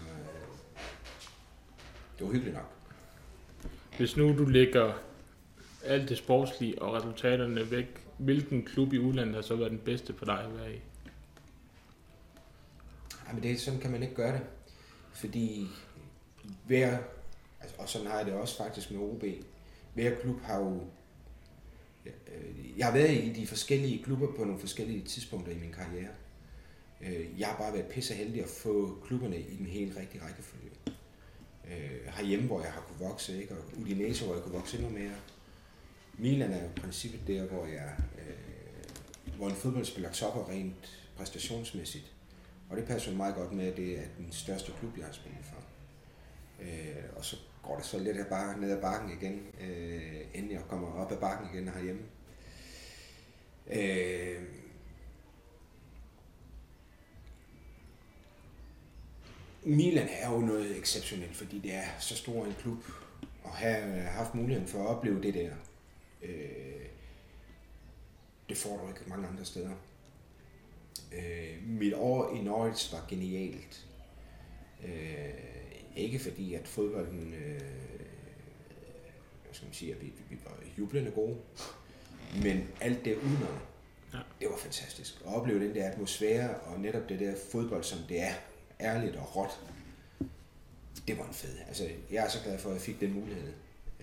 det var hyggeligt nok.
Hvis nu du lægger alt det sportslige og resultaterne væk, hvilken klub i udlandet har så været den bedste for dig at være i?
Jamen sådan kan man ikke gøre det. Fordi og sådan har jeg det også faktisk med OB. Hver klub har jo... Jeg har været i de forskellige klubber på nogle forskellige tidspunkter i min karriere. Jeg har bare været pisse heldig at få klubberne i den helt rigtige rækkefølge. Herhjemme, hvor jeg har kunne vokse, ikke? Og Udinese, hvor jeg kunne vokse endnu mere. Milan er i princippet der, hvor en fodboldspiller topper rent præstationsmæssigt. Og det passer meget godt med, at det er den største klub, jeg har spillet for. Og så går det så lidt ned ad bakken igen, inden jeg kommer op ad bakken igen herhjemme. Milan er jo noget exceptionelt, fordi det er så stor en klub, og have haft muligheden for at opleve det der. Det får du ikke mange andre steder. Mit år i Norwich var genialt. Ikke fordi at fodbolden, hvad skal man sige, at vi var jublende gode, men alt det udenom, det var fantastisk. At opleve den der atmosfære, og netop det der fodbold, som det er, ærligt og råt, det var en fed. Altså, jeg er så glad for, at jeg fik den mulighed.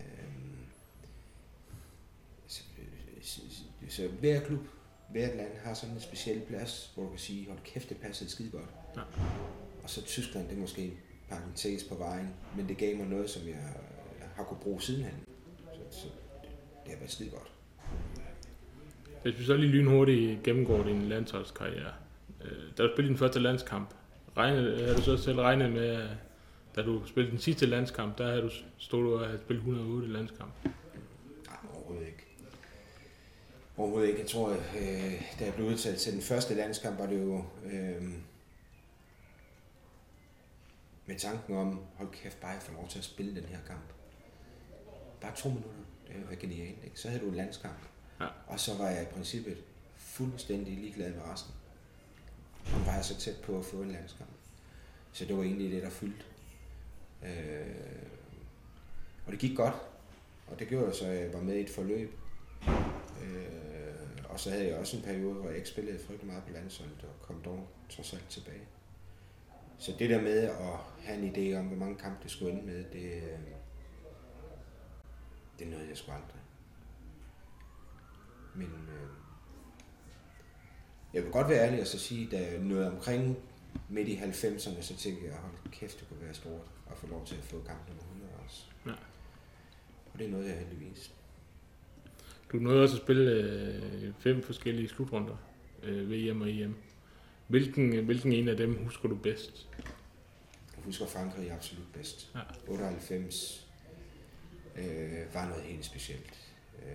Så hver klub, hvert land har sådan en speciel plads, hvor du kan sige, hold kæft, det passede skide godt. Ja. Og så Tyskland, det er måske en parentes på vejen, men det gav mig noget, som jeg har kunne bruge sidenhen. Så det har været skide godt.
Hvis vi så lige lynhurtigt gennemgår din landsholdskarriere. Da du spillede din første landskamp, havde du så selv regnet med, da du spillede den sidste landskamp, der stod du og havde spillet 108 landskamp?
Nej, overhovedet ikke. Jeg tror, da jeg blev udtaget til den første landskamp, var det jo med tanken om, hold kæft, bare jeg får lov til at spille den her kamp. Bare 2 minutter. Det var genialt, ikke? Så havde du en landskamp.
Ja.
Og så var jeg i princippet fuldstændig ligeglad med resten. Og var jeg så tæt på at få en landskamp. Så det var egentlig det, der fyldte. Og det gik godt. Og det gjorde så, at jeg var med i et forløb. Og så havde jeg også en periode, hvor jeg ikke spillede frygtelig meget på landsholdet, og kom dog trods alt tilbage. Så det der med at have en idé om, hvor mange kampe det skulle ende med, det er noget, jeg skulle aldrig. Men jeg vil godt være ærlig og så sige, da noget omkring midt i 90'erne, så tænkte jeg, hold kæft, det kunne være stort at få lov til at få kampen med 100 også. Ja. Og det er noget, jeg heldigvis.
Du nåede også at spille 5 forskellige slutrunder, VM og EM. Hvilken en af dem husker du bedst?
Jeg husker Frankrig absolut bedst. Ja. 98 var noget helt specielt.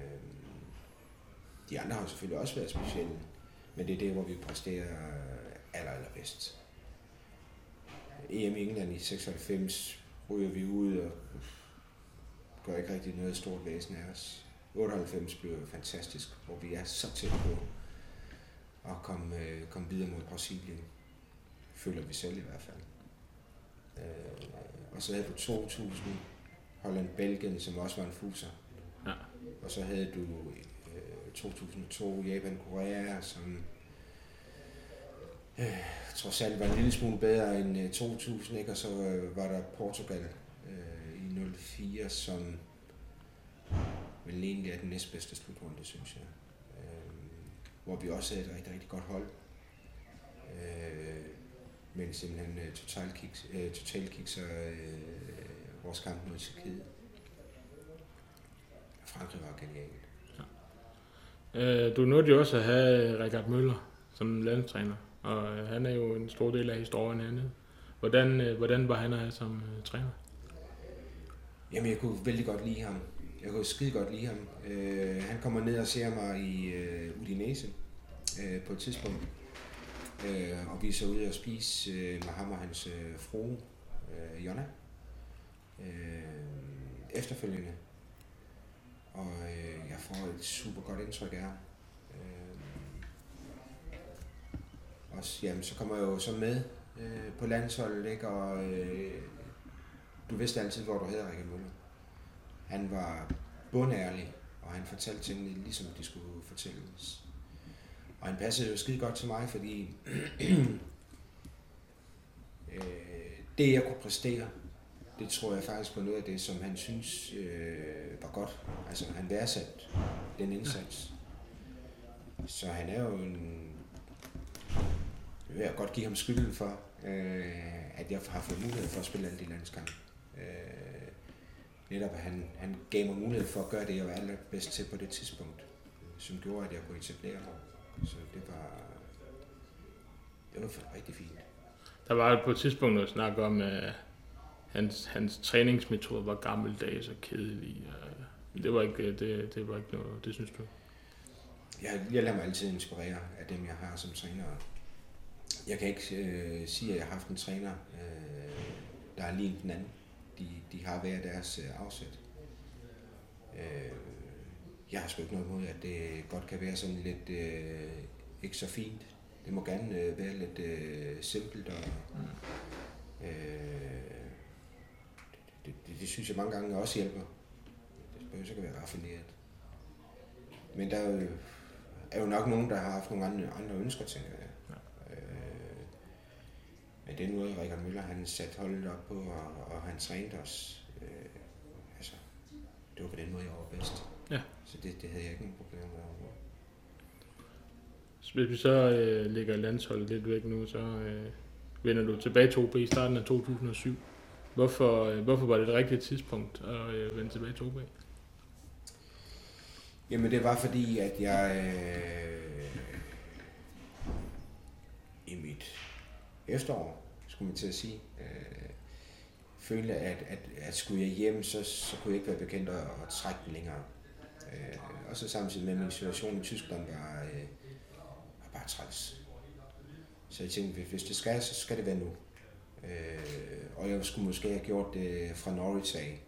De andre har selvfølgelig også været specielle, men det er det, hvor vi præsterer allerbedst. EM i England i 96 ryger vi ud og gør ikke rigtig noget stort væsen af os. 98 blev fantastisk, hvor vi er så tæt på at komme videre mod Brasilien. Føler vi selv i hvert fald. Og så havde du 2000, Holland-Belgien, som også var en fuser. Ja. Og så havde du 2002, Japan-Korea, som trods alt var en lille smule bedre end 2000, ikke? Og så var der Portugal i 04, som vel egentlig er den næstbedste slutrunde, synes jeg. Hvor vi også havde et rigtig, rigtig godt hold. Men simpelthen total kikser vores kamp mod Tjekkiet. Frankrig var genialt.
Ja. Du nåede jo også at have Richard Møller som landstræner, og han er jo en stor del af historien hernede. Hvordan var han at have som træner?
Jamen, jeg kunne vældig godt lide ham. Jeg kunne skide godt lide ham. Han kommer ned og ser mig i Udinese på et tidspunkt. Og vi er så ude og spise med ham og hans frue, Jonna, efterfølgende. Og jeg får et super godt indtryk af ham. Også, jamen, så kommer jeg jo så med på landsholdet, ikke? Og du vidste altid, hvor du hedder, Richard Møller. Han var bundærlig, og han fortalte tingene ligesom de skulle fortælles. Og han passede jo skide godt til mig, fordi det jeg kunne præstere, det tror jeg faktisk var noget af det, som han synes var godt. Altså han værdsatte den indsats. Så han er jo en... Jeg vil godt give ham skylden for, at jeg har fået mulighed for at spille alle de landskampe. Netop han gav mig mulighed for at gøre det, jeg var allerbedst til på det tidspunkt, som gjorde, at jeg kunne etablere mig. Så det var rigtig fint.
Der var på et tidspunkt noget snak om, at hans træningsmetode var gammeldags og kedelig. Det var ikke noget, det synes du?
Jeg lader mig altid inspirere af dem, jeg har som træner. Jeg kan ikke sige, at jeg har haft en træner, der er lige den anden. De har hver deres afsæt. Jeg har sgu ikke noget imod, at det godt kan være sådan lidt ikke så fint. Det må gerne være lidt simpelt. Og, det synes jeg mange gange også hjælper. Det behøver så kan være raffineret. Men der er jo nok nogen, der har haft nogle andre ønsker, tænker jeg. Men det er noget, Richard Møller han satte holdet op på, og han trænede os. Altså, det var på den måde, jeg var bedst. Ja. Så det havde jeg ikke nogen problemer med overhovedet.
Så hvis vi så lægger landsholdet lidt væk nu, så vender du tilbage til OB i starten af 2007. Hvorfor var det et rigtigt tidspunkt at vende tilbage til OB?
Jamen det var fordi, at jeg i mit efterår, skulle man til at sige, følte, at skulle jeg hjem, så kunne jeg ikke være bekendt at trække den længere. Og så samtidig med min situation i Tyskland var bare træls. Så jeg tænkte, hvis det skal, så skal det være nu. Og jeg skulle måske have gjort det fra Norwich af.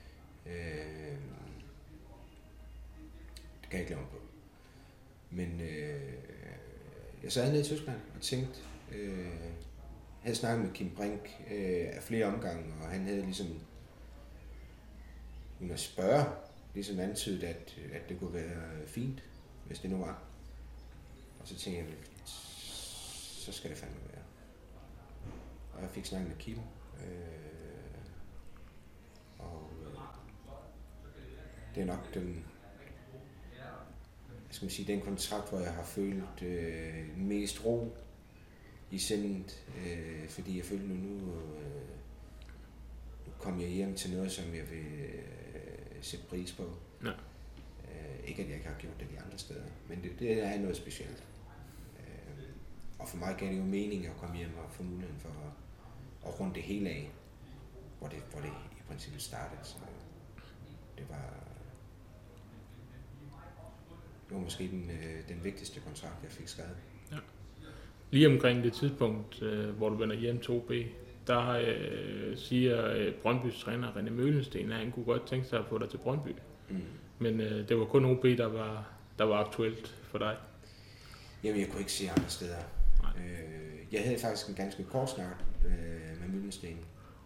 Det kan jeg ikke lave på. Men jeg sad nede i Tyskland og tænkte, havde snakket med Kim Brink af flere omgange, og han havde ligesom uden at spørge, ligesom antydet, at det kunne være fint, hvis det nu var. Og så tænkte jeg, så skal det fandme være. Og jeg fik snakket med Kim, og det er nok den kontrakt, hvor jeg har følt mest ro i sindet, fordi jeg følte nu kom jeg hjem til noget, som jeg vil sætte pris på. Ja. Ikke at jeg ikke har gjort det de andre steder, men det er noget specielt. Og for mig gav det jo mening at komme hjem og få muligheden for at runde det hele af, hvor det i princippet startede. Så det var måske den vigtigste kontrakt, jeg fik skrevet. Ja.
Lige omkring det tidspunkt, hvor du vender hjem til OB, der siger Brøndbys træner René Møhlensten, at han kunne godt tænke sig at få dig til Brøndby. Mm. Men det var kun OB, der var aktuelt for dig.
Jamen, jeg kunne ikke se andre steder. Jeg havde faktisk en ganske kort snak med Møhlensten,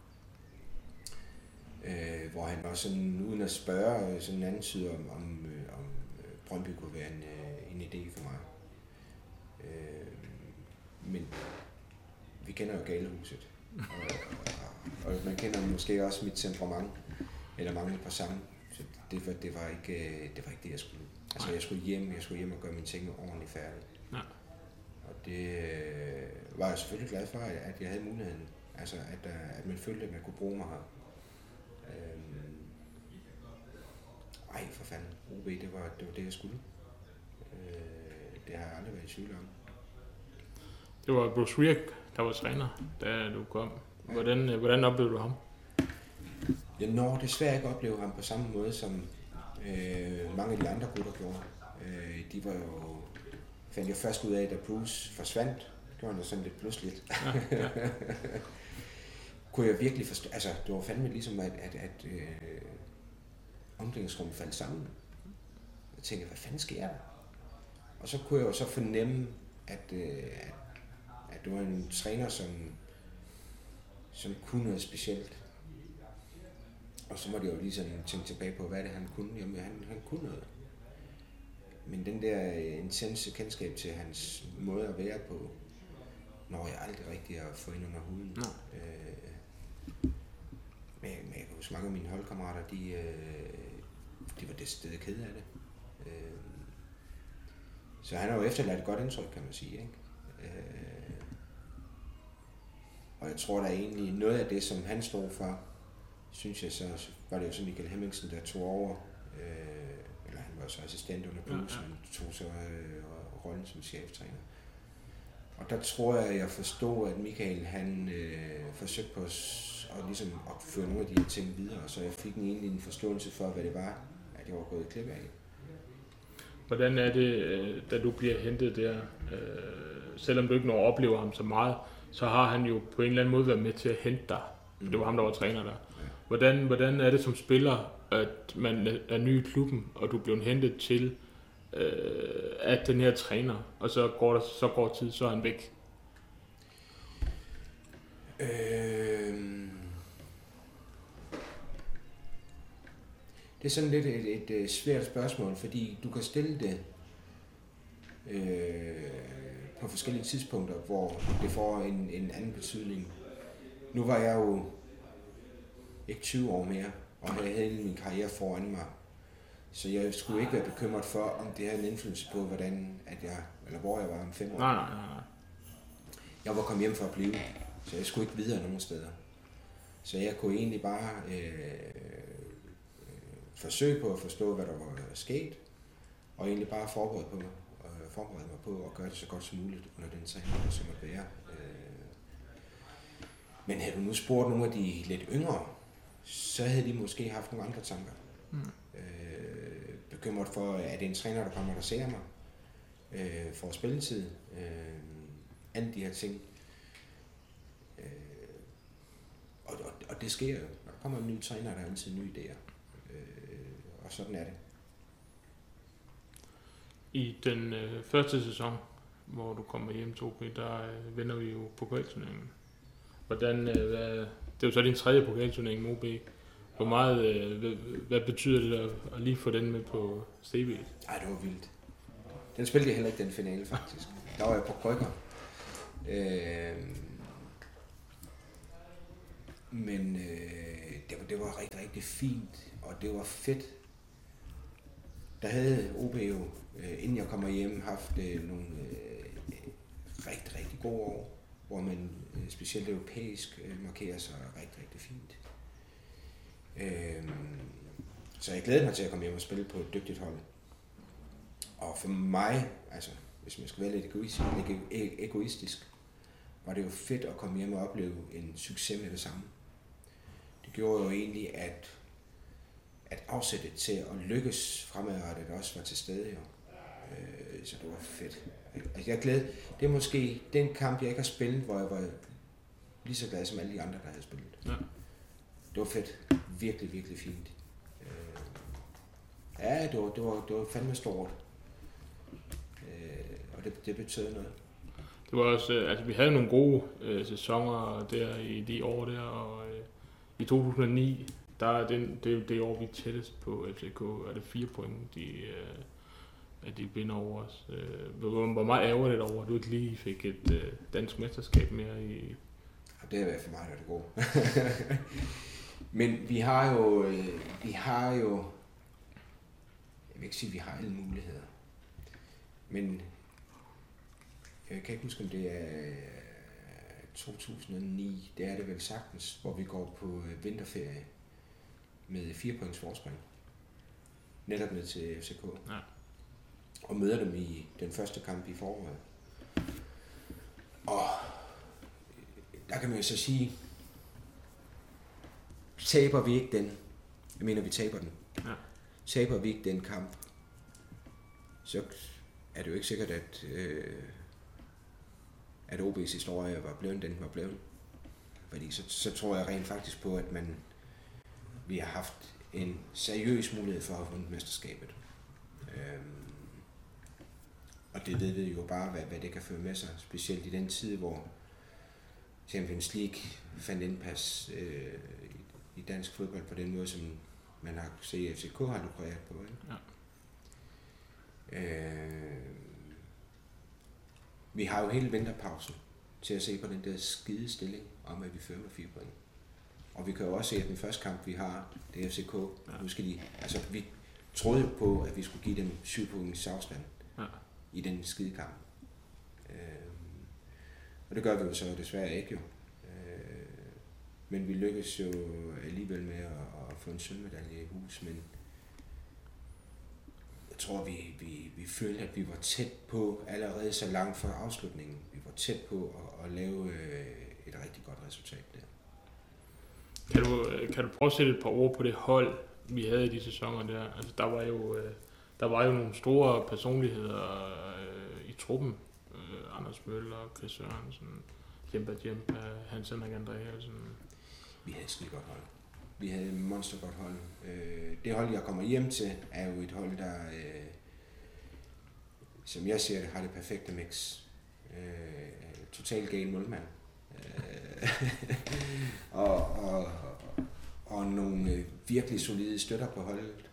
hvor han var sådan, uden at spørge, sådan antyder om Brøndby kunne være en idé for mig. Men vi kender jo Galehuset, og man kender måske også mit temperament, eller mangel på samme. Så det var ikke det, jeg skulle. Altså jeg skulle hjem og gøre mine ting ordentligt færdigt. Ja. Og det var jeg selvfølgelig glad for, at jeg havde muligheden. Altså at man følte, at man kunne bruge mig her. For fanden, OB, det var det, jeg skulle. Det har jeg aldrig været i tvivl om.
Det var Bruce Rieck, der var træner, da du kom. Hvordan oplevede du ham?
Jeg når desværre ikke opleve ham på samme måde, som mange af de andre gutter gjorde. De var jo, fandt jeg først ud af, da Bruce forsvandt. Det var noget sådan lidt pludseligt. Ja. Kunne jeg virkelig forstå, altså det var fandme ligesom, at omklædningsrummet faldt sammen. Jeg tænkte, hvad fanden sker der? Og så kunne jeg jo så fornemme, at det var en træner, som kunne noget specielt. Og så måtte jeg jo lige sådan tænke tilbage på, hvad det han kunne. Jamen, han kunne noget. Men den der intense kendskab til hans måde at være på, når jeg aldrig rigtig at få ind under huden. Ja. Men jeg kan huske, mange af mine holdkammerater, de var decideret kede af det. Så han har jo efterladt et godt indtryk, kan man sige, ikke? Og jeg tror, der er egentlig noget af det, som han stod for, synes jeg, så var det jo så Michael Hemmingsen, der tog over, eller han var så assistent under Bruce, men tog så rollen som cheftræner. Og der tror jeg forstod, at Michael, han forsøgte på at ligesom opføre nogle af de her ting videre, så jeg fik egentlig en forståelse for, hvad det var, at jeg var gået klip af.
Hvordan er det, da du bliver hentet der, selvom du ikke når at opleve ham så meget, så har han jo på en eller anden måde været med til at hente dig. Det var ham, der var træner der. Ja. Hvordan er det som spiller, at man er ny i klubben, og du bliver hentet til at den her træner, og så går tid, så er han væk?
Det er sådan lidt et svært spørgsmål, fordi du kan stille det på forskellige tidspunkter, hvor det får en anden betydning. Nu var jeg jo ikke 20 år mere, og havde hele min karriere foran mig. Så jeg skulle ikke være bekymret for, om det havde en indflydelse på, hvor jeg var om 5 år.
Nej.
Jeg var kommet hjem for at blive, så jeg skulle ikke videre nogen steder. Så jeg kunne egentlig bare forsøge på at forstå, hvad der var sket, og egentlig bare forberede mig på at gøre det så godt som muligt under den træning, der så måtte være. Men havde du nu spurgt nogle af de lidt yngre, så havde de måske haft nogle andre tanker. Bekymret for, at det er en træner, der kommer og ser mig, for spilletid, alle de her ting. Og det sker jo. Når der kommer en ny træner, der er altid nye idéer. Og sådan er det. I
den første sæson, hvor du kommer hjem til OB, der vinder vi jo pokalturneringen. Hvordan, det er jo så din tredje pokalturnering med OB. Hvor meget, hvad betyder det at lige få den med på CV'et?
Ej, det var vildt. Den spillede jeg heller ikke, den finale faktisk. Der var jeg på krykker. Men det var rigtig, rigtig fint, og det var fedt. Der havde OB jo, inden jeg kommer hjem, haft nogle rigtig, rigtig gode år, hvor man specielt europæisk markerer sig rigtig, rigtig fint. Så jeg glæder mig til at komme hjem og spille på et dygtigt hold. Og for mig, altså hvis man skal være lidt egoistisk, var det jo fedt at komme hjem og opleve en succes med det samme. Det gjorde jo egentlig, at afsættet til at lykkes fremadrettet også var til stede jo. Så det var fedt. Altså, jeg glæder. Det er måske den kamp, jeg ikke har spillet, hvor jeg var lige så glad som alle de andre, der havde spillet. Ja. Det var fedt. Virkelig, virkelig fint. Ja, det var fandme stort. Og det betød noget.
Det var også, altså vi havde nogle gode sæsoner der i de år der, og i 2009, der er det år, vi er tættest på FCK, er det 4 point, at de vinder over os. Hvor meget ærgerligt over, at du ikke lige fik et dansk mesterskab mere i...
Det har været for mig, når det går. Men vi har jo, jeg vil ikke sige, at vi har alle muligheder. Men jeg kan ikke huske, om det er 2009, det er det vel sagtens, hvor vi går på vinterferie med 4 points forspring. Netop ned til FCK. Ja. Og møder dem i den første kamp i foråret. Og der kan man jo så sige, taber vi ikke den, jeg mener vi taber den, ja. Taber vi ikke den kamp, så er det jo ikke sikkert, at OB's historie var blevet den var blevet. Fordi så tror jeg rent faktisk på, at vi har haft en seriøs mulighed for at have vundet mesterskabet. Og det ved vi jo bare, hvad det kan føre med sig, specielt i den tid, hvor Champions League fandt indpas i dansk fodbold på den måde, som man har set at FCK har lukreret på. Ikke? Ja. Vi har jo hele vinterpausen til at se på den der skide stilling om, at vi fører med 4 point. Og vi kan jo også se, at den første kamp, vi har, det er FCK. Ja. Nu skal vi troede på, at vi skulle give dem 7 points afstand i den skide kamp. Og det gør vi jo så desværre ikke jo. Men vi lykkes jo alligevel med at få en sølvmedalje i hus, men jeg tror, vi følte, at vi var tæt på, allerede så langt fra afslutningen, vi var tæt på at lave et rigtig godt resultat der.
Kan du prøve at sætte et par ord på det hold, vi havde i de sæsoner der? Altså, der var jo nogle store personligheder i truppen. Anders Møller, Chris Sørensen, Jemba, Hans Henrik Andreasen.
Vi havde et skide godt hold. Vi havde et monstergodt hold. Det hold, jeg kommer hjem til, er jo et hold, der, som jeg ser det, har det perfekte mix. Total gal målmand. og nogle virkelig solide støtter på holdet,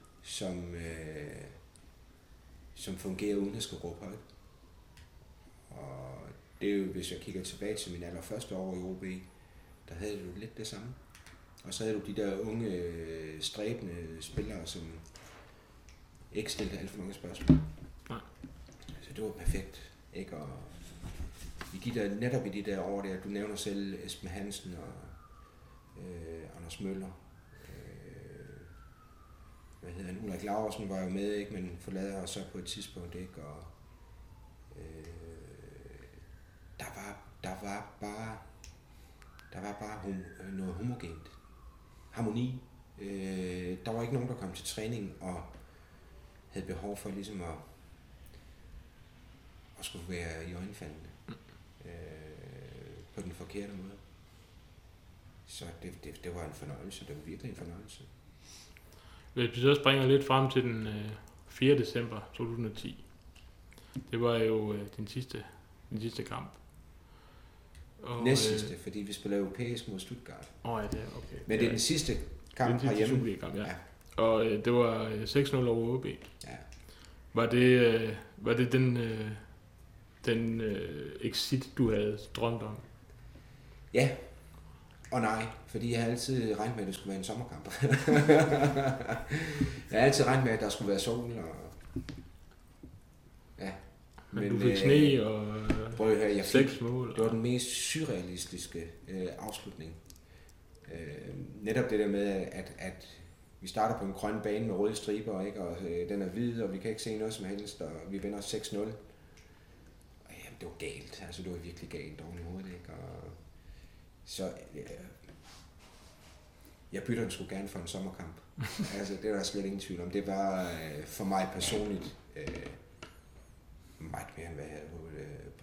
som fungerer uden at skal råbe højt. Og det er jo, hvis jeg kigger tilbage til min allerførste år i OB, der havde du lidt det samme. Og så havde du de der unge, stræbende spillere, som ikke stillede alt for mange spørgsmål. Nej. Så det var perfekt, ikke? Og netop i de der år der, du nævner selv Esben Hansen og Anders Møller. Ulrik Laursen var jo med, ikke, men forlader os så på et tidspunkt, ikke, og der var bare noget homogent. Harmoni. Der var ikke nogen, der kom til træning og havde behov for ligesom at skulle være i øjenfaldene på den forkerte måde. Så det var en fornøjelse. Det var virkelig en fornøjelse.
Hvis vi så springer lidt frem til den 4. december 2010. Det var jo din sidste kamp.
Og, næstsidste, fordi vi spiller europæisk mod Stuttgart.
Ja, det er okay.
Men det er den sidste kamp herhjemme.
Kamp, ja. Og det var 6-0 over OB.
Ja.
Var det den exit, du havde drømt om?
Ja. Og nej, fordi jeg har altid regnet med, at det skulle være en sommerkamp. Jeg har altid regnet med, at der skulle være sol. Og ja.
Men du fik sne og
jeg
6 mål.
Det var den mest surrealistiske afslutning. Netop det der med, at vi starter på en grøn bane med røde striber, ikke? Og den er hvid, og vi kan ikke se noget som helst, og vi vinder 6-0. Og jamen, det var galt. Altså, det var virkelig galt oven i hovedet, ikke? Og så jeg bytter den sgu gerne for en sommerkamp. Altså, det er der slet ingen tvivl om. Det var for mig personligt meget mere, end hvad jeg havde håbet på.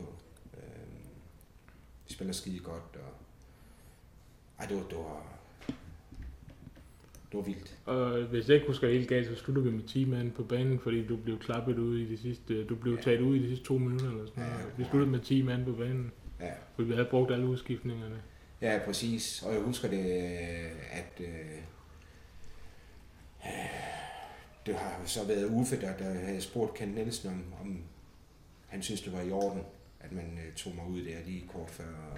Vi spiller skide godt, og det var vildt.
Og hvis jeg ikke husker helt galt, så sluttede vi med 10 mand på banen, fordi du blev klappet ud i de sidste, du blev taget ud i de sidste 2 minutter eller sådan noget. Vi sluttede med 10 mand på banen, fordi vi havde brugt alle udskiftningerne.
Ja, præcis. Og jeg husker det, at det har så været Uffe, der havde spurgt Kent Nielsen om han synes, det var i orden, at man tog mig ud der lige kort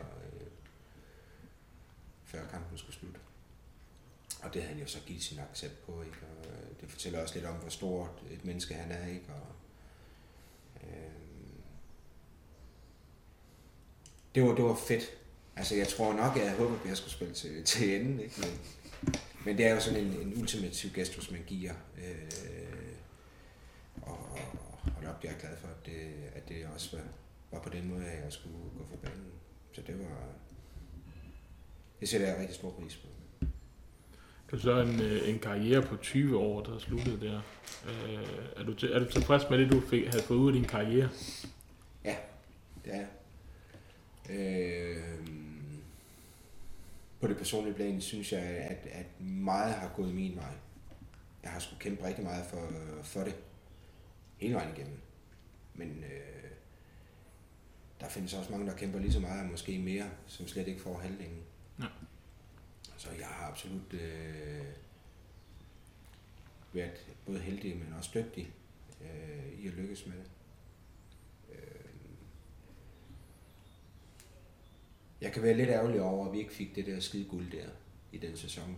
før kampen skulle slutte. Og det havde han jo så givet sin accept på, ikke? Og det fortæller også lidt om, hvor stort et menneske han er, ikke? Og det var fedt. Altså, jeg tror nok, at jeg håber, at jeg skulle spille til enden, ikke? Men det er jo sådan en ultimativ gestus, man giver. Og jeg er glad for, at det også var på den måde, at jeg skulle gå for banen. Så det sætter jeg rigtig stor pris på.
Det er så en karriere på 20 år, der er sluttet der. Er du tilfreds med det, du havde fået ud af din karriere?
Ja, det er jeg. På det personlige plan synes jeg, at meget har gået min vej. Jeg har sgu kæmpe rigtig meget for det. Hele vejen igennem. Men der findes også mange, der kæmper lige så meget, og måske mere, som slet ikke får halvdelen. Ja. Så jeg har absolut været både heldig, men også dygtig i at lykkes med det. Jeg kan være lidt ærgerlig over, at vi ikke fik det der skide guld der i den sæson,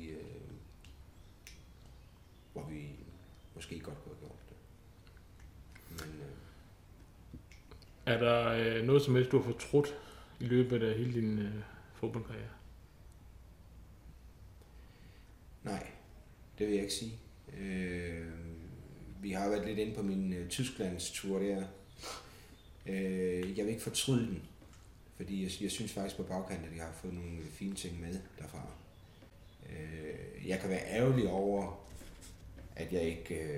hvor vi måske godt kunne have gjort det. Men,
er der noget som helst, du har fortrudt i løbet af hele din fodboldkarriere?
Nej, det vil jeg ikke sige. Vi har været lidt inde på min Tysklands tur der. Jeg vil ikke fortryde den, fordi jeg synes faktisk på bagkanten, at jeg har fået nogle fine ting med derfra. Jeg kan være ærgerlig over, at jeg ikke,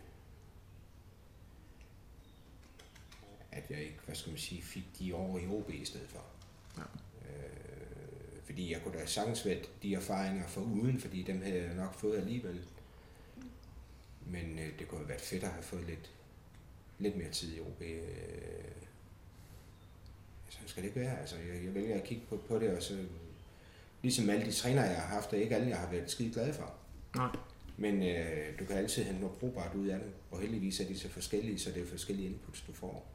hvad skal man sige, fik de år i OB i stedet for. Ja. Fordi jeg kunne da sagtens være de erfaringer for uden, fordi dem havde jeg nok fået alligevel. Men det kunne have været fedt at have fået lidt mere tid i OB. Så skal det ikke være. Altså, jeg vælger at kigge på det, og så ligesom alle de trænere, jeg har haft, er ikke alle, jeg har været skide glad for. Nej. Men du kan altid hente noget brugbart ud af dem, og heldigvis er de så forskellige, så det er forskellige inputs, du får.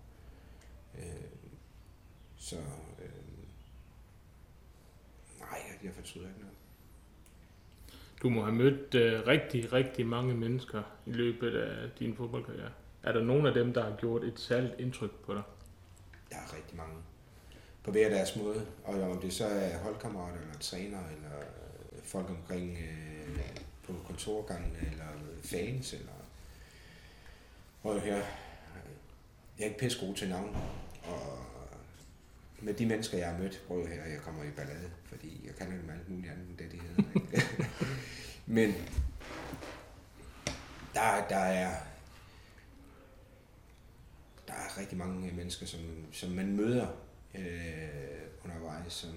Nej, jeg fortryder ikke noget.
Du må have mødt rigtig, rigtig mange mennesker i løbet af din fodboldkarriere. Er der nogen af dem, der har gjort et særligt indtryk på dig?
Der er rigtig mange. På hver deres måde. Og om det så er holdkammerater, eller træner, eller folk omkring på kontorgangen, eller fans, eller prøv her. Jeg er ikke pissegod til navn, og med de mennesker, jeg har mødt, prøv her, jeg kommer i ballade, fordi jeg kan jo med alt muligt andet end det, de hedder. Men der er rigtig mange mennesker, som man møder undervejs,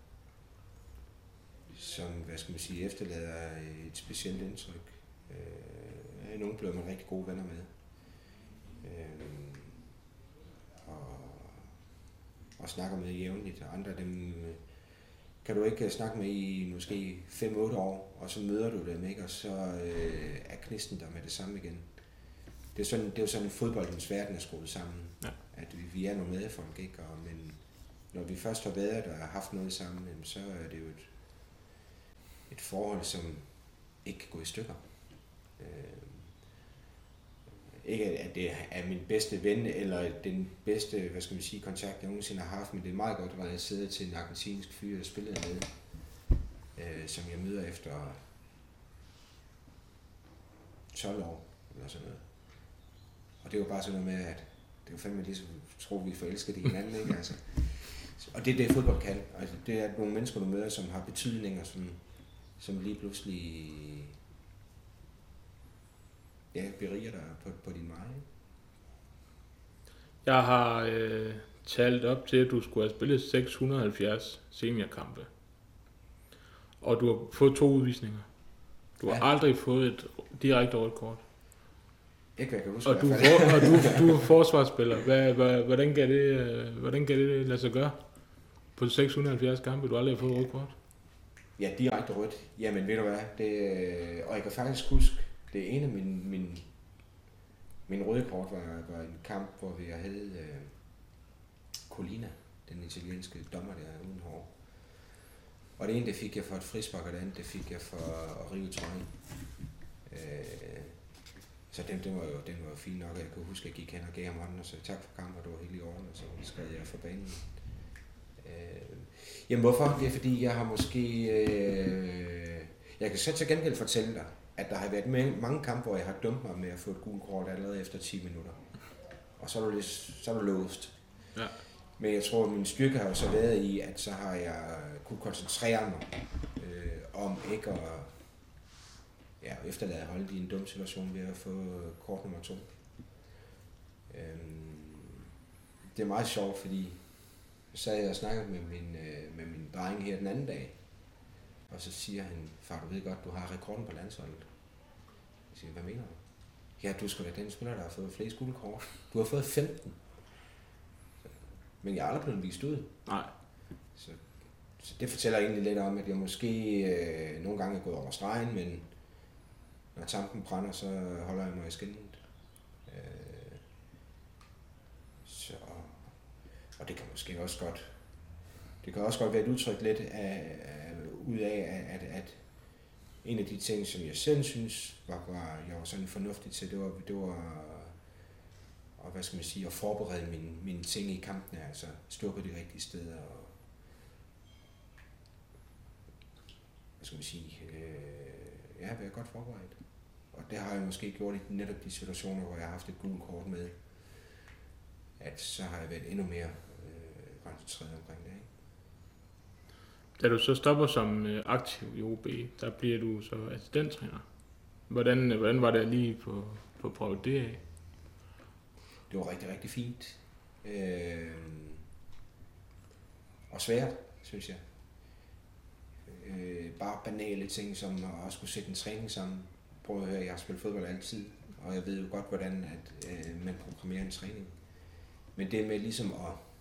som hvad skal man sige, efterlader et specielt indtryk. Nogle bliver man rigtig gode venner med. Og snakker med jævnligt, og andre af dem kan du ikke snakke med i måske 5-8 år, og så møder du dem, ikke? Og så er knisten der med det samme igen. Det er jo sådan, fodboldens verden er skruet sammen, ja. At vi er nogle medfolk, ikke? Men når vi først har været der og haft noget sammen, så er det jo et forhold, som ikke kan gå i stykker. Ikke at det er min bedste ven, eller den bedste, hvad skal man sige, kontakt, jeg nogensinde har haft, men det er meget godt, når jeg sidder til en argentinsk fyr, jeg spillede med, som jeg møder efter 12 år, eller sådan noget. Og det er jo bare sådan noget med, at det er jo fandme ligesom, tror vi forelsker det hinanden, ikke? Altså. Og det er det, fodbold kan. Altså, det er nogle mennesker, du møder, som har betydninger, som lige pludselig beriger dig på din vej.
Jeg har talt op til, at du skulle have spillet 670 seniorkampe. Og du har fået 2 udvisninger. Du har aldrig fået et direkte rødt kort.
Ikke hvad jeg kan huske.
Og du er forsvarsspiller. Hvordan kan det lade sig gøre på 670 kampe, du aldrig har fået rødt kort?
Ja, direkte rødt. Jamen ved du hvad, og jeg kan faktisk huske, det ene af min røde kort var en kamp, hvor vi havde Colina, den italienske dommer der uden hår. Og det ene, det fik jeg for et frispark, og det andet, det fik jeg for at rive trøjen. Så den var jo fin nok, og jeg kan huske, at jeg gik hen og gav ham hånden, og så tak for kampen, og det var helt i orden, og så skred jeg for banen. Jamen hvorfor? Det er fordi, jeg har måske... jeg kan så til gengæld fortælle dig, at der har været mange kampe, hvor jeg har dømt mig med at få et gult kort allerede efter 10 minutter. Og så er du låst. Ja. Men jeg tror, at min styrke har jo så været i, at så har jeg kunne koncentrere mig om ikke at efterlade holde i en dum situation ved at få kort nummer 2. Det er meget sjovt, fordi så sad jeg og snakkede med min dreng her den anden dag, og så siger han, far, du ved godt, du har rekorden på landsholdet. Jeg siger, hvad mener du? Ja, du skal være den spiller, der har fået flest gule kort. Du har fået 15. Men jeg er aldrig blevet vist ud.
Nej.
Så det fortæller egentlig lidt om, at jeg måske nogle gange er gået over stregen, men når tampen brænder, så holder jeg mig i skinnet. Og det kan måske også godt... Det kan også godt være et udtryk lidt ud af, at en af de ting, som jeg selv synes, jeg var sådan fornuftig til, det var og hvad skal man sige, at forberede mine ting i kampene, altså stå på de rigtige steder, og hvad skal man sige, være godt forberedt. Og det har jeg måske gjort i netop de situationer, hvor jeg har haft et gult kort med, at så har jeg været endnu mere koncentreret omkring det, ikke?
Da du så stopper som aktiv i OB, der bliver du så assistenttræner. Hvordan var det lige på prøve det af?
Det var rigtig, rigtig fint. Og svært, synes jeg. Bare banale ting, som at skulle sætte en træning sammen. Prøv at høre, jeg har spillet fodbold altid, og jeg ved jo godt, hvordan man programmerer en træning. Men det med ligesom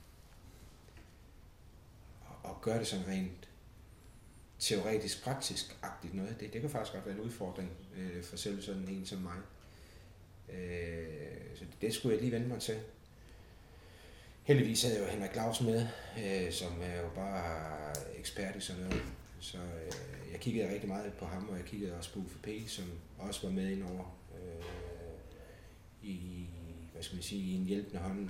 at gøre det sådan rent teoretisk, praktisk-agtigt noget, det kan faktisk godt være en udfordring for selv sådan en som mig. Så det skulle jeg lige vende mig til. Heldigvis havde jeg jo Henrik Clausen med, som er jo bare ekspert i sådan noget. Så jeg kiggede rigtig meget på ham, og jeg kiggede også på Uffe P., som også var med indover i, hvad skal man sige, i en hjælpende hånd.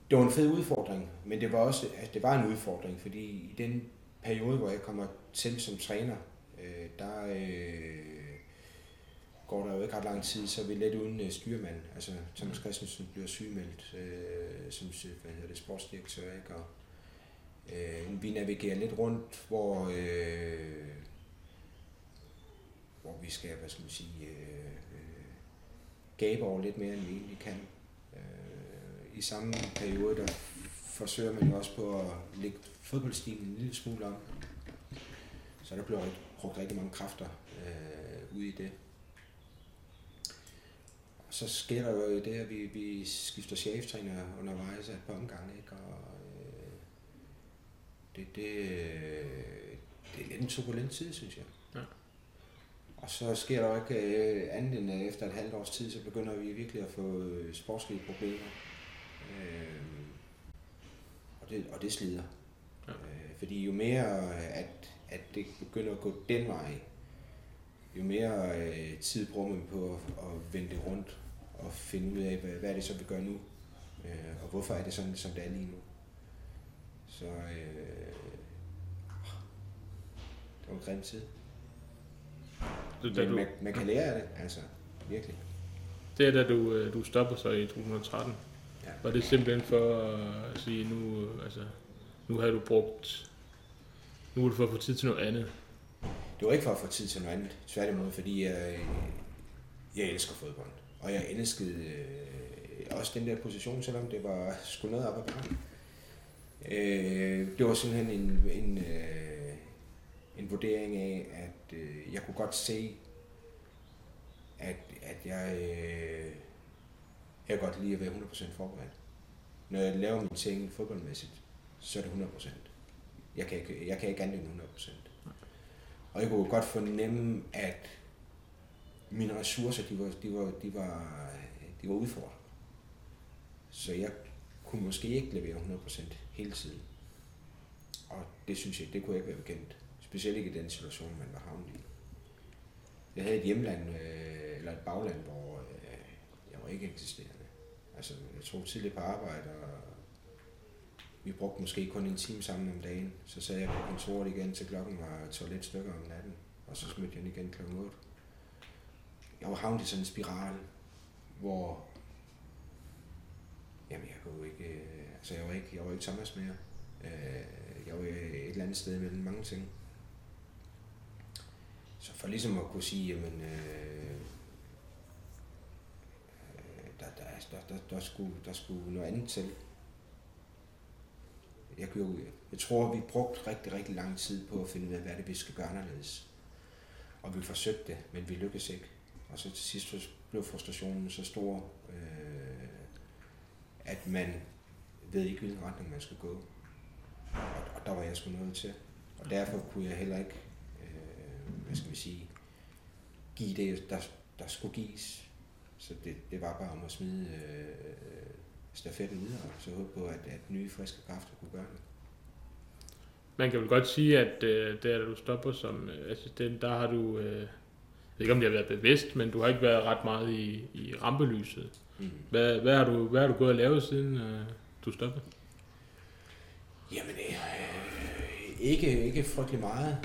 Det var en fed udfordring, men det var også det var en udfordring, fordi i den periode, hvor jeg kommer til som træner, der går der jo ikke ret lang tid, så er vi lidt uden styrmand. Altså Thomas Christensen bliver sygemeldt som sportsdirektør, ikke? Og vi navigerer lidt rundt, hvor vi skal, gabe over lidt mere, end vi egentlig kan. I samme periode, der forsøger man jo også på at lægge fodboldstilen en lille smule om. Så der bliver brugt rigtig mange kræfter ude i det. Og så sker der jo det, at vi skifter cheftræner undervejs af et par omgange, ikke? Og det er lidt en turbulent tid, synes jeg. Ja. Og så sker der jo ikke andet end efter et halvt års tid, så begynder vi virkelig at få sportslige problemer. Og det slider. Ja. Fordi jo mere at det begynder at gå den vej, jo mere tid bruger man på at vende det rundt og finde ud af, hvad er det så, vi gør nu, og hvorfor er det sådan, som det er lige nu. Så det var en grim tid. Men man kan lære af det, altså virkelig.
Det er da du stopper så i 2013. Ja. Var det simpelthen for at sige, nu har du brugt, nu er det for at få tid til noget andet?
Det var ikke for at få tid til noget andet, tværtimod, fordi jeg elsker fodbold. Og jeg elskede også den der position, selvom det var sgu noget op ad bakken. Det var simpelthen en vurdering af, at jeg kunne godt se, at jeg godt lide at være 100% forberedt. Når jeg laver mine ting fodboldmæssigt, så er det 100%. Jeg kan ikke andet end 100%. Og jeg kunne godt fornemme, at mine ressourcer, de var udfordret. Så jeg kunne måske ikke levere 100% hele tiden. Og det synes jeg, det kunne jeg ikke være bekendt. Specielt ikke i den situation, man var havnet i. Jeg havde et hjemland, eller et bagland, hvor jeg var ikke eksisterende. Altså, jeg tog tidligt på arbejde, og vi brugte måske kun en time sammen om dagen. Så sad jeg på kontoret igen, til klokken var toilet stykker om natten, og så smidte jeg igen klokken 8. Jeg var havnet i sådan en spiral, hvor jeg kunne ikke, jeg var ikke Thomas mere. Jeg var et eller andet sted mellem mange ting. Så for ligesom at kunne sige, jamen, der skulle noget andet til. Jeg tror, vi brugte rigtig, rigtig lang tid på at finde ud af, hvad det vi skal gøre anderledes. Og vi forsøgte det, men vi lykkedes ikke. Og så til sidst blev frustrationen så stor, at man ved ikke, hvilken retning man skal gå. Og der var jeg sgu nødt til. Og derfor kunne jeg heller ikke, give det, der skulle gives. Så det var bare om at smide stafetten videre, og så håbe på, at nye, friske kræfter kunne gøre det.
Man kan vel godt sige, at da du stopper som assistent, der har du, jeg ved ikke om det har været bevidst, men du har ikke været ret meget i rampelyset. Mm. Hvad har du gået og lavet, siden du stoppede?
Jamen, ikke frygtelig meget.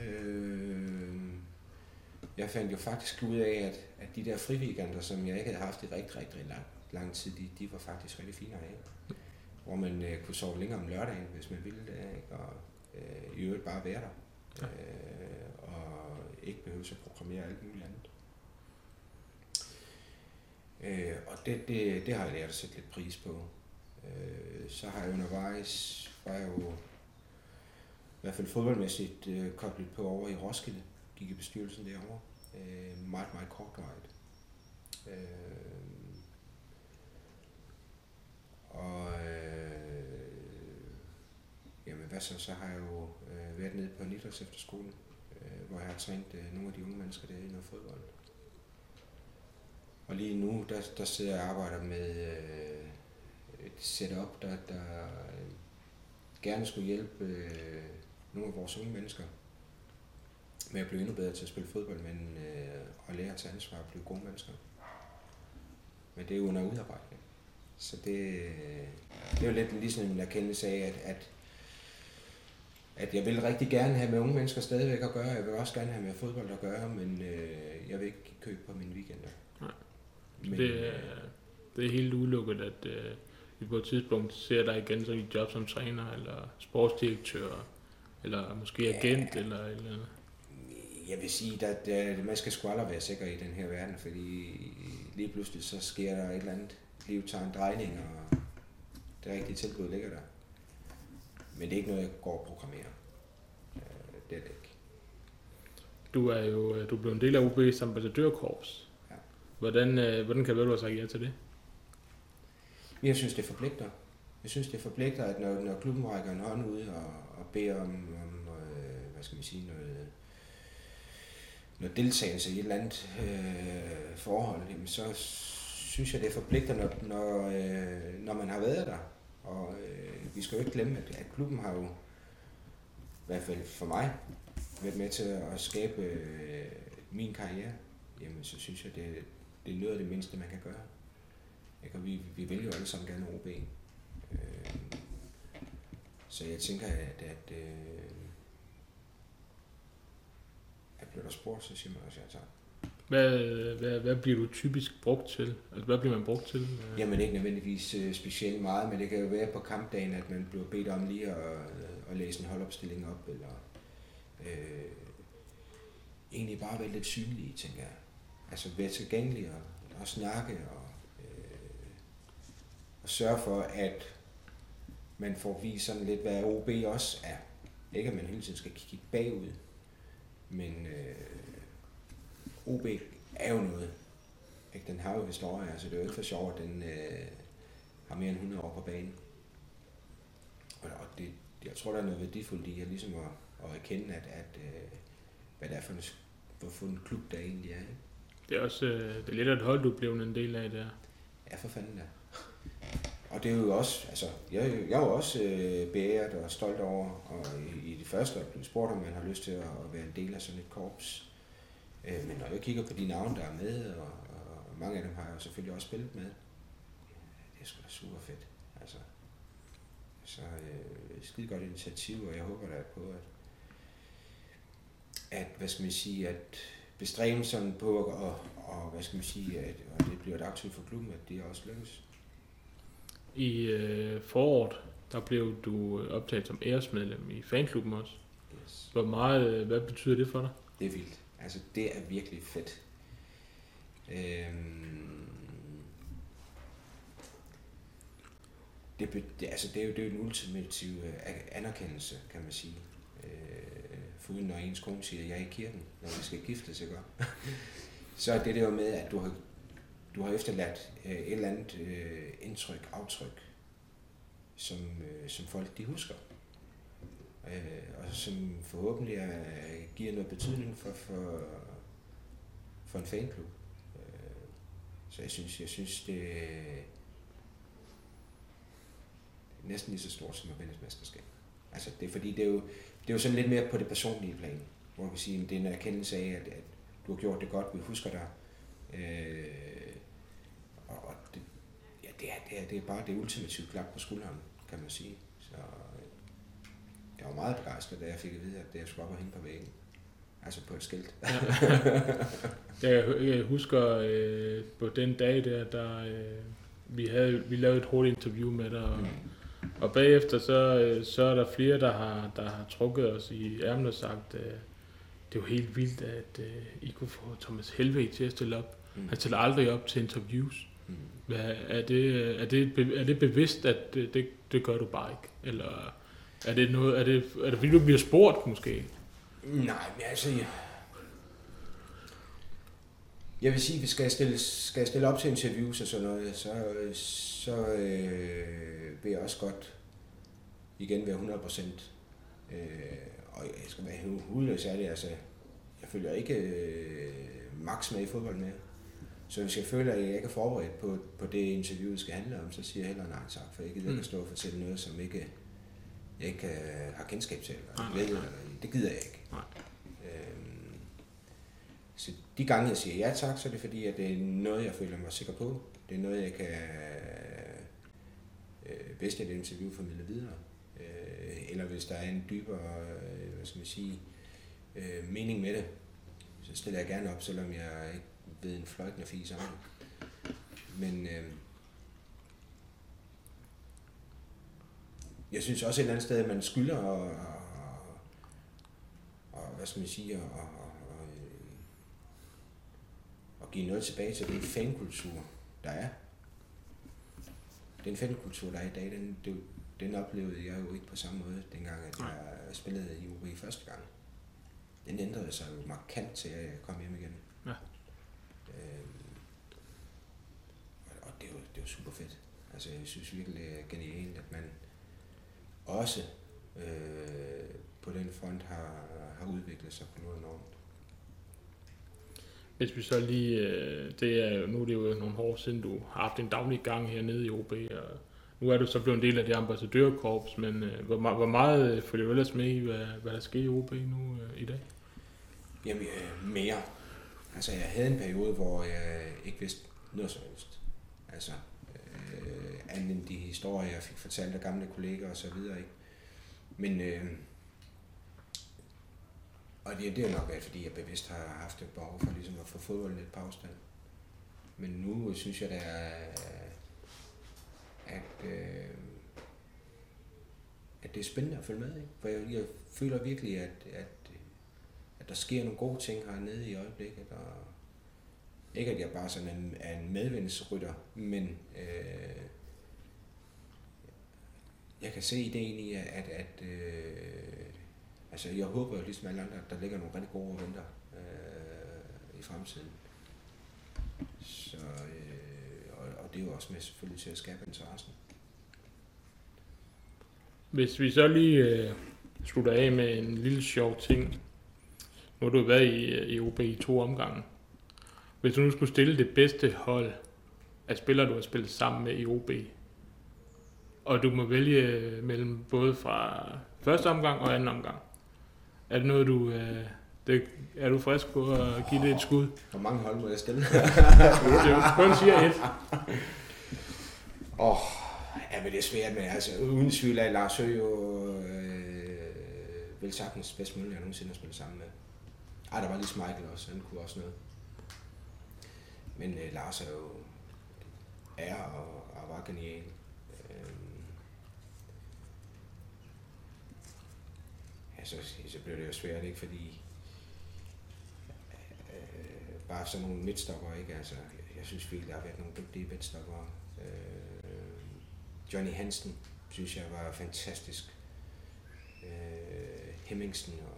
Jeg fandt jo faktisk ud af, at de der friweekender, som jeg ikke havde haft i rigtig lang tid, de var faktisk rigtig fine af. Hvor man kunne sove længere om lørdagen, hvis man ville det, ikke? Og i øvrigt bare være der. Ja. Og ikke behøve at programmere alt muligt andet. Og det har jeg lært at sætte lidt pris på. Så har jeg undervejs, var jeg jo i hvert fald fodboldmæssigt koblet på over i Roskilde. Gik i bestyrelsen derovre. Meget, meget kortvarigt. Jamen hvad så har jeg jo været nede på en idrætsefterskole, hvor jeg har trænet nogle af de unge mennesker der i noget fodbold. Og lige nu, der sidder jeg og arbejder med et setup, der gerne skulle hjælpe nogle af vores unge mennesker med at blive endnu bedre til at spille fodbold, men at lære at tage ansvar og blive gode mennesker. Men det er jo under udarbejde. Så det er jo lidt ligesom en erkendelse af, at jeg vil rigtig gerne have med unge mennesker stadigvæk at gøre. Jeg vil også gerne have med fodbold at gøre, men jeg vil ikke købe på mine weekender.
Nej. Men, det er helt udelukket, at vi på et tidspunkt ser dig igen så i job som træner, eller sportsdirektør, eller måske agent, eller andet.
Jeg vil sige, at man skal sgu aldrig være sikker i den her verden, fordi lige pludselig så sker der et eller andet. Livet tager en drejning, og det rigtige tilbud ligger der. Men det er ikke noget, jeg går og programmerer. Det er det ikke.
Du er blevet en del af OB's ambassadørkorps.
Ja.
Hvordan kan det være, du har sagt ja til det?
Jeg synes, det forpligter. Jeg synes, det forpligter, at når klubben rækker en hånd ud og beder om hvad skal man sige, noget deltagelse i et eller andet forhold, jamen så synes jeg, det forpligter, når man har været der. Og vi skal jo ikke glemme, at klubben har jo, i hvert fald for mig, været med til at skabe min karriere. Jamen så synes jeg, det er noget af det mindste, man kan gøre. Og vi vil jo alle sammen gerne OB. Så jeg tænker, at bliver der spurgt, så siger man også, ja tak.
Hvad bliver du typisk brugt til? Altså, hvad bliver man brugt til?
Jamen ikke nødvendigvis specielt meget, men det kan jo være på kampdagen, at man bliver bedt om lige at læse en holdopstilling op, eller egentlig bare være lidt synlig, tænker jeg. Altså være tilgængelig og snakke og sørge for, at man får vist sådan lidt, hvad OB også er. Ikke at man hele tiden skal kigge bagud, men OB er jo noget. Ikke? Den har jo historie, altså det er jo ikke for sjovt, at den har mere end 100 år på banen. Og det, jeg tror, der er noget værdifuldt i at, ligesom at erkende, at hvad det er for en klub, der egentlig er. Ikke?
Det er også det er lidt af et hold, du blev en del af der.
Ja, for fanden da. Og det er jo også, altså, jeg er jo også beæret og stolt over, og i det første blev spurgt, om man har lyst til at være en del af sådan et korps. Men når jeg kigger på de navne, der er med, og mange af dem har jeg jo selvfølgelig også spillet med, det er sgu da super fedt. Altså, så skide godt initiativ, og jeg håber da på, at hvad skal man sige, at bestræbelserne på, og hvad skal man sige, at det bliver et aktivt for klubben, at det også lykkes.
I foråret, der blev du optaget som æresmedlem i fanklubben også.
Yes.
Hvad betyder det for dig?
Det er vildt. Altså, det er virkelig fedt. Det er jo en ultimativ anerkendelse, kan man sige. Foruden når ens kone siger, at jeg er i kirken, når vi skal giftes, ikke? Så er det der med, at du har efterladt et eller andet aftryk, som folk de husker. Og som forhåbentlig giver noget betydning for en fanklub. Så jeg synes det er næsten lige så stort som at vinde et mesterskab. Altså det er fordi, det er jo sådan lidt mere på det personlige plan, hvor man kan sige, at det er en erkendelse af, at du har gjort det godt, vi husker dig. Og det er bare det ultimative klap på skulderen, kan man sige. Så jeg var meget begejstret, da jeg fik at vide, at det skulle op og hænge på væggen. Altså på et skilt.
Jeg husker på den dag der vi lavede et hurtigt interview med dig, og bagefter så er der flere, der har trukket os i ærmet og sagt, det var helt vildt, at I kunne få Thomas Helveg til at stille op. Han stiller aldrig op til interviews. Er det bevidst, at det gør du bare ikke? Eller er det fordi du bliver spurgt måske?
Nej, men altså jeg vil sige, at skal jeg stille op til interviews og sådan noget, så vil jeg også godt igen være 100%. Og jeg skal være hudløs af det, altså jeg følger ikke max med i fodbold mere. Så hvis jeg føler, at jeg ikke er forberedt på det interviewet skal handle om, så siger jeg heller nej tak, for jeg gider ikke stå og fortælle noget, som jeg ikke har kendskab til. Det gider jeg ikke. Så de gange, jeg siger ja tak, så er det fordi, at det er noget, jeg føler mig sikker på. Det er noget, jeg kan bedst et interview formidlet videre. Eller hvis der er en dybere, mening med det, så stiller jeg gerne op, selvom jeg ikke ved en fløjtende fis om det. Men jeg synes også et eller andet sted, at man skylder og give noget tilbage til den fankultur, der er. Den fankultur, der er i dag, den oplevede jeg jo ikke på samme måde, dengang at jeg spillede i OB første gang. Den ændrede sig jo markant til, at jeg kom hjem igen. Ja. Og det er jo super fedt. Altså, jeg synes virkelig, det er genialt, at man også på den front har udviklet sig på noget enormt.
Hvis vi så lige, nu er det jo nogle år siden, du har haft en daglig gang hernede i OB, og nu er du så blevet en del af det ambassadørkorps, men hvor meget følger du ellers med i, hvad der sker i OB nu i dag?
Jamen, mere. Altså, jeg havde en periode, hvor jeg ikke vidste noget som helst. Altså, andet end de historier, jeg fik fortalt af gamle kolleger og så videre, ikke? Men, og det er nok været, fordi jeg bevidst har haft et behov for ligesom at få fodbolden lidt på afstand. Men nu synes jeg, at det er spændende at følge med, ikke? For jeg føler virkelig, at der sker nogle gode ting hernede i øjeblikket, og ikke at jeg bare sådan er en medvindsrytter, men jeg kan se ideen i, at altså jeg håber jo ligesom alle andre, at der ligger nogle rigtig gode og venter i fremtiden. Så, og det er jo også med selvfølgelig til at skabe interessen.
Hvis vi så lige slutter af med en lille sjov ting. Nu har du været i OB i 2 omgange. Hvis du nu skulle stille det bedste hold af spillere, du har spillet sammen med i OB, og du må vælge mellem både fra første omgang og anden omgang, er det noget, er du frisk på at give det et skud?
Hvor mange hold må jeg stille?
Det kun siger 1.
Ja, men det er svært, men altså uden tvivl af Lars Høgh jo vel sagtens bedst muligt, jeg nogensinde har spillet sammen med. Der var lige Michael også, han kunne også noget. Men Lars er jo og var genial. Så blev det jo svært, ikke? Fordi bare sådan nogle midtstopper, ikke? Altså, jeg synes virkelig, der har været nogle dygtige midtstopper. Johnny Hansen, synes jeg, var fantastisk. Hemmingsen og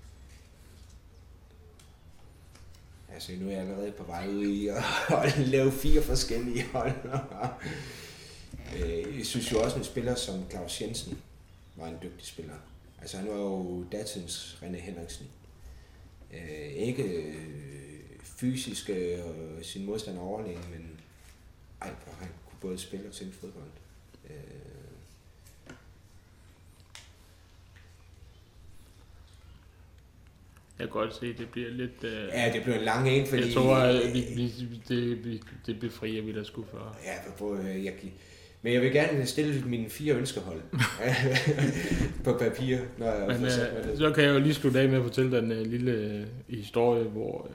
altså, nu er jeg allerede på vej ud i at lave 4 forskellige hold. Jeg synes jo også, en spiller som Claus Jensen var en dygtig spiller. Altså, han var jo datidens René Henriksen. Ikke fysisk og sin modstander overlegen, men han kunne både spille og tænke fodbold.
Jeg kan godt se, at det bliver lidt...
Ja, det bliver en lang en, fordi...
Jeg tror, at det befrier vi der sgu for.
Ja, men jeg vil gerne stille mine 4 ønskehold på papir, når jeg får sat med det.
Så kan jeg jo lige slutte af med at fortælle dig en lille historie, hvor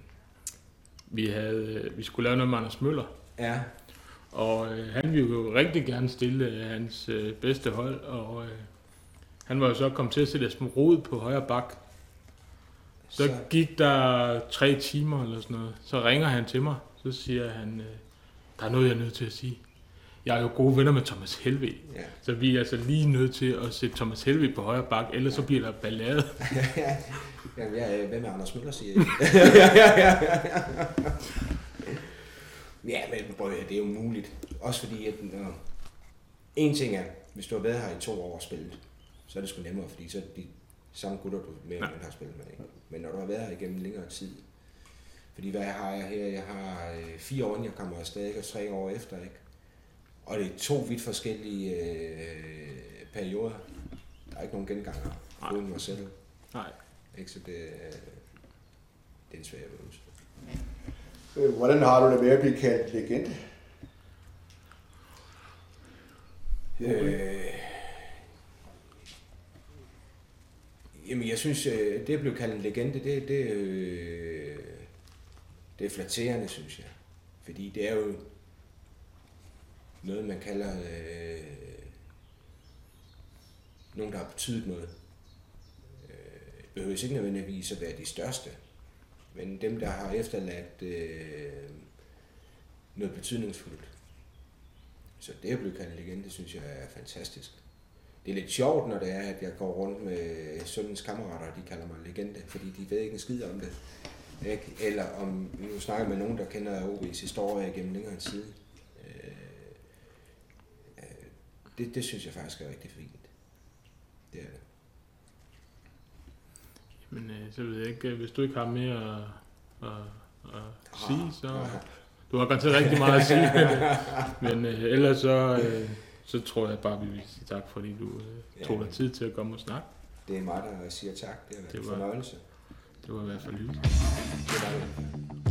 vi skulle lave noget med Anders Møller.
Ja.
Og han ville jo rigtig gerne stille hans bedste hold, og han var jo så kommet til at sætte Esben Rod på højre bak. Så gik der 3 timer eller sådan noget. Så ringer han til mig, så siger han, der er noget, jeg er nødt til at sige. Jeg er jo gode venner med Thomas Helveg, så vi er altså lige nødt til at sætte Thomas Helveg på højre bak, ellers så bliver der ballade.
Hvad med Anders Møller, siger Ja, men det er jo muligt. Også fordi, at en ting er, hvis du har været her i 2 år og spillet, så er det sgu nemmere, fordi så er de samme gutter, du med har spillet med. Ikke? Men når du har været her igennem længere tid, fordi hvad har jeg her? Jeg har 4 år, inden jeg kommer afsted, og 3 år efter, ikke? Og det er 2 vidt forskellige perioder. Der er ikke nogen genganger uden mig selv.
Nej.
Ikke, så det er en svær øvelse.
Hvordan har du det med at blive kaldt legende?
Jamen, jeg synes, det blev kaldt en legende, det er flatterende, synes jeg. Fordi det er jo noget, man kalder nogen, der har betydet noget. Behøver ikke nødvendigvis at være de største, men dem, der har efterladt noget betydningsfuldt. Så det at blive kaldt en legende, synes jeg er fantastisk. Det er lidt sjovt, når det er, at jeg går rundt med søndens kammerater, og de kalder mig legende, fordi de ved ikke en skid om det. Ikke? Eller om, nu snakker med nogen, der kender OB's historie gennem længere tid. Det synes jeg faktisk er rigtig fint. Det er det.
Men så ved jeg ikke, hvis du ikke har mere at sige, så... Du har garanteret rigtig meget at sige, men ellers så tror jeg bare, vi vil sige tak, fordi du tog dig tid til at komme og snakke.
Det er mig, der siger tak. Det har været en fornøjelse.
Det var i hvert fald hyggeligt.
Det var det.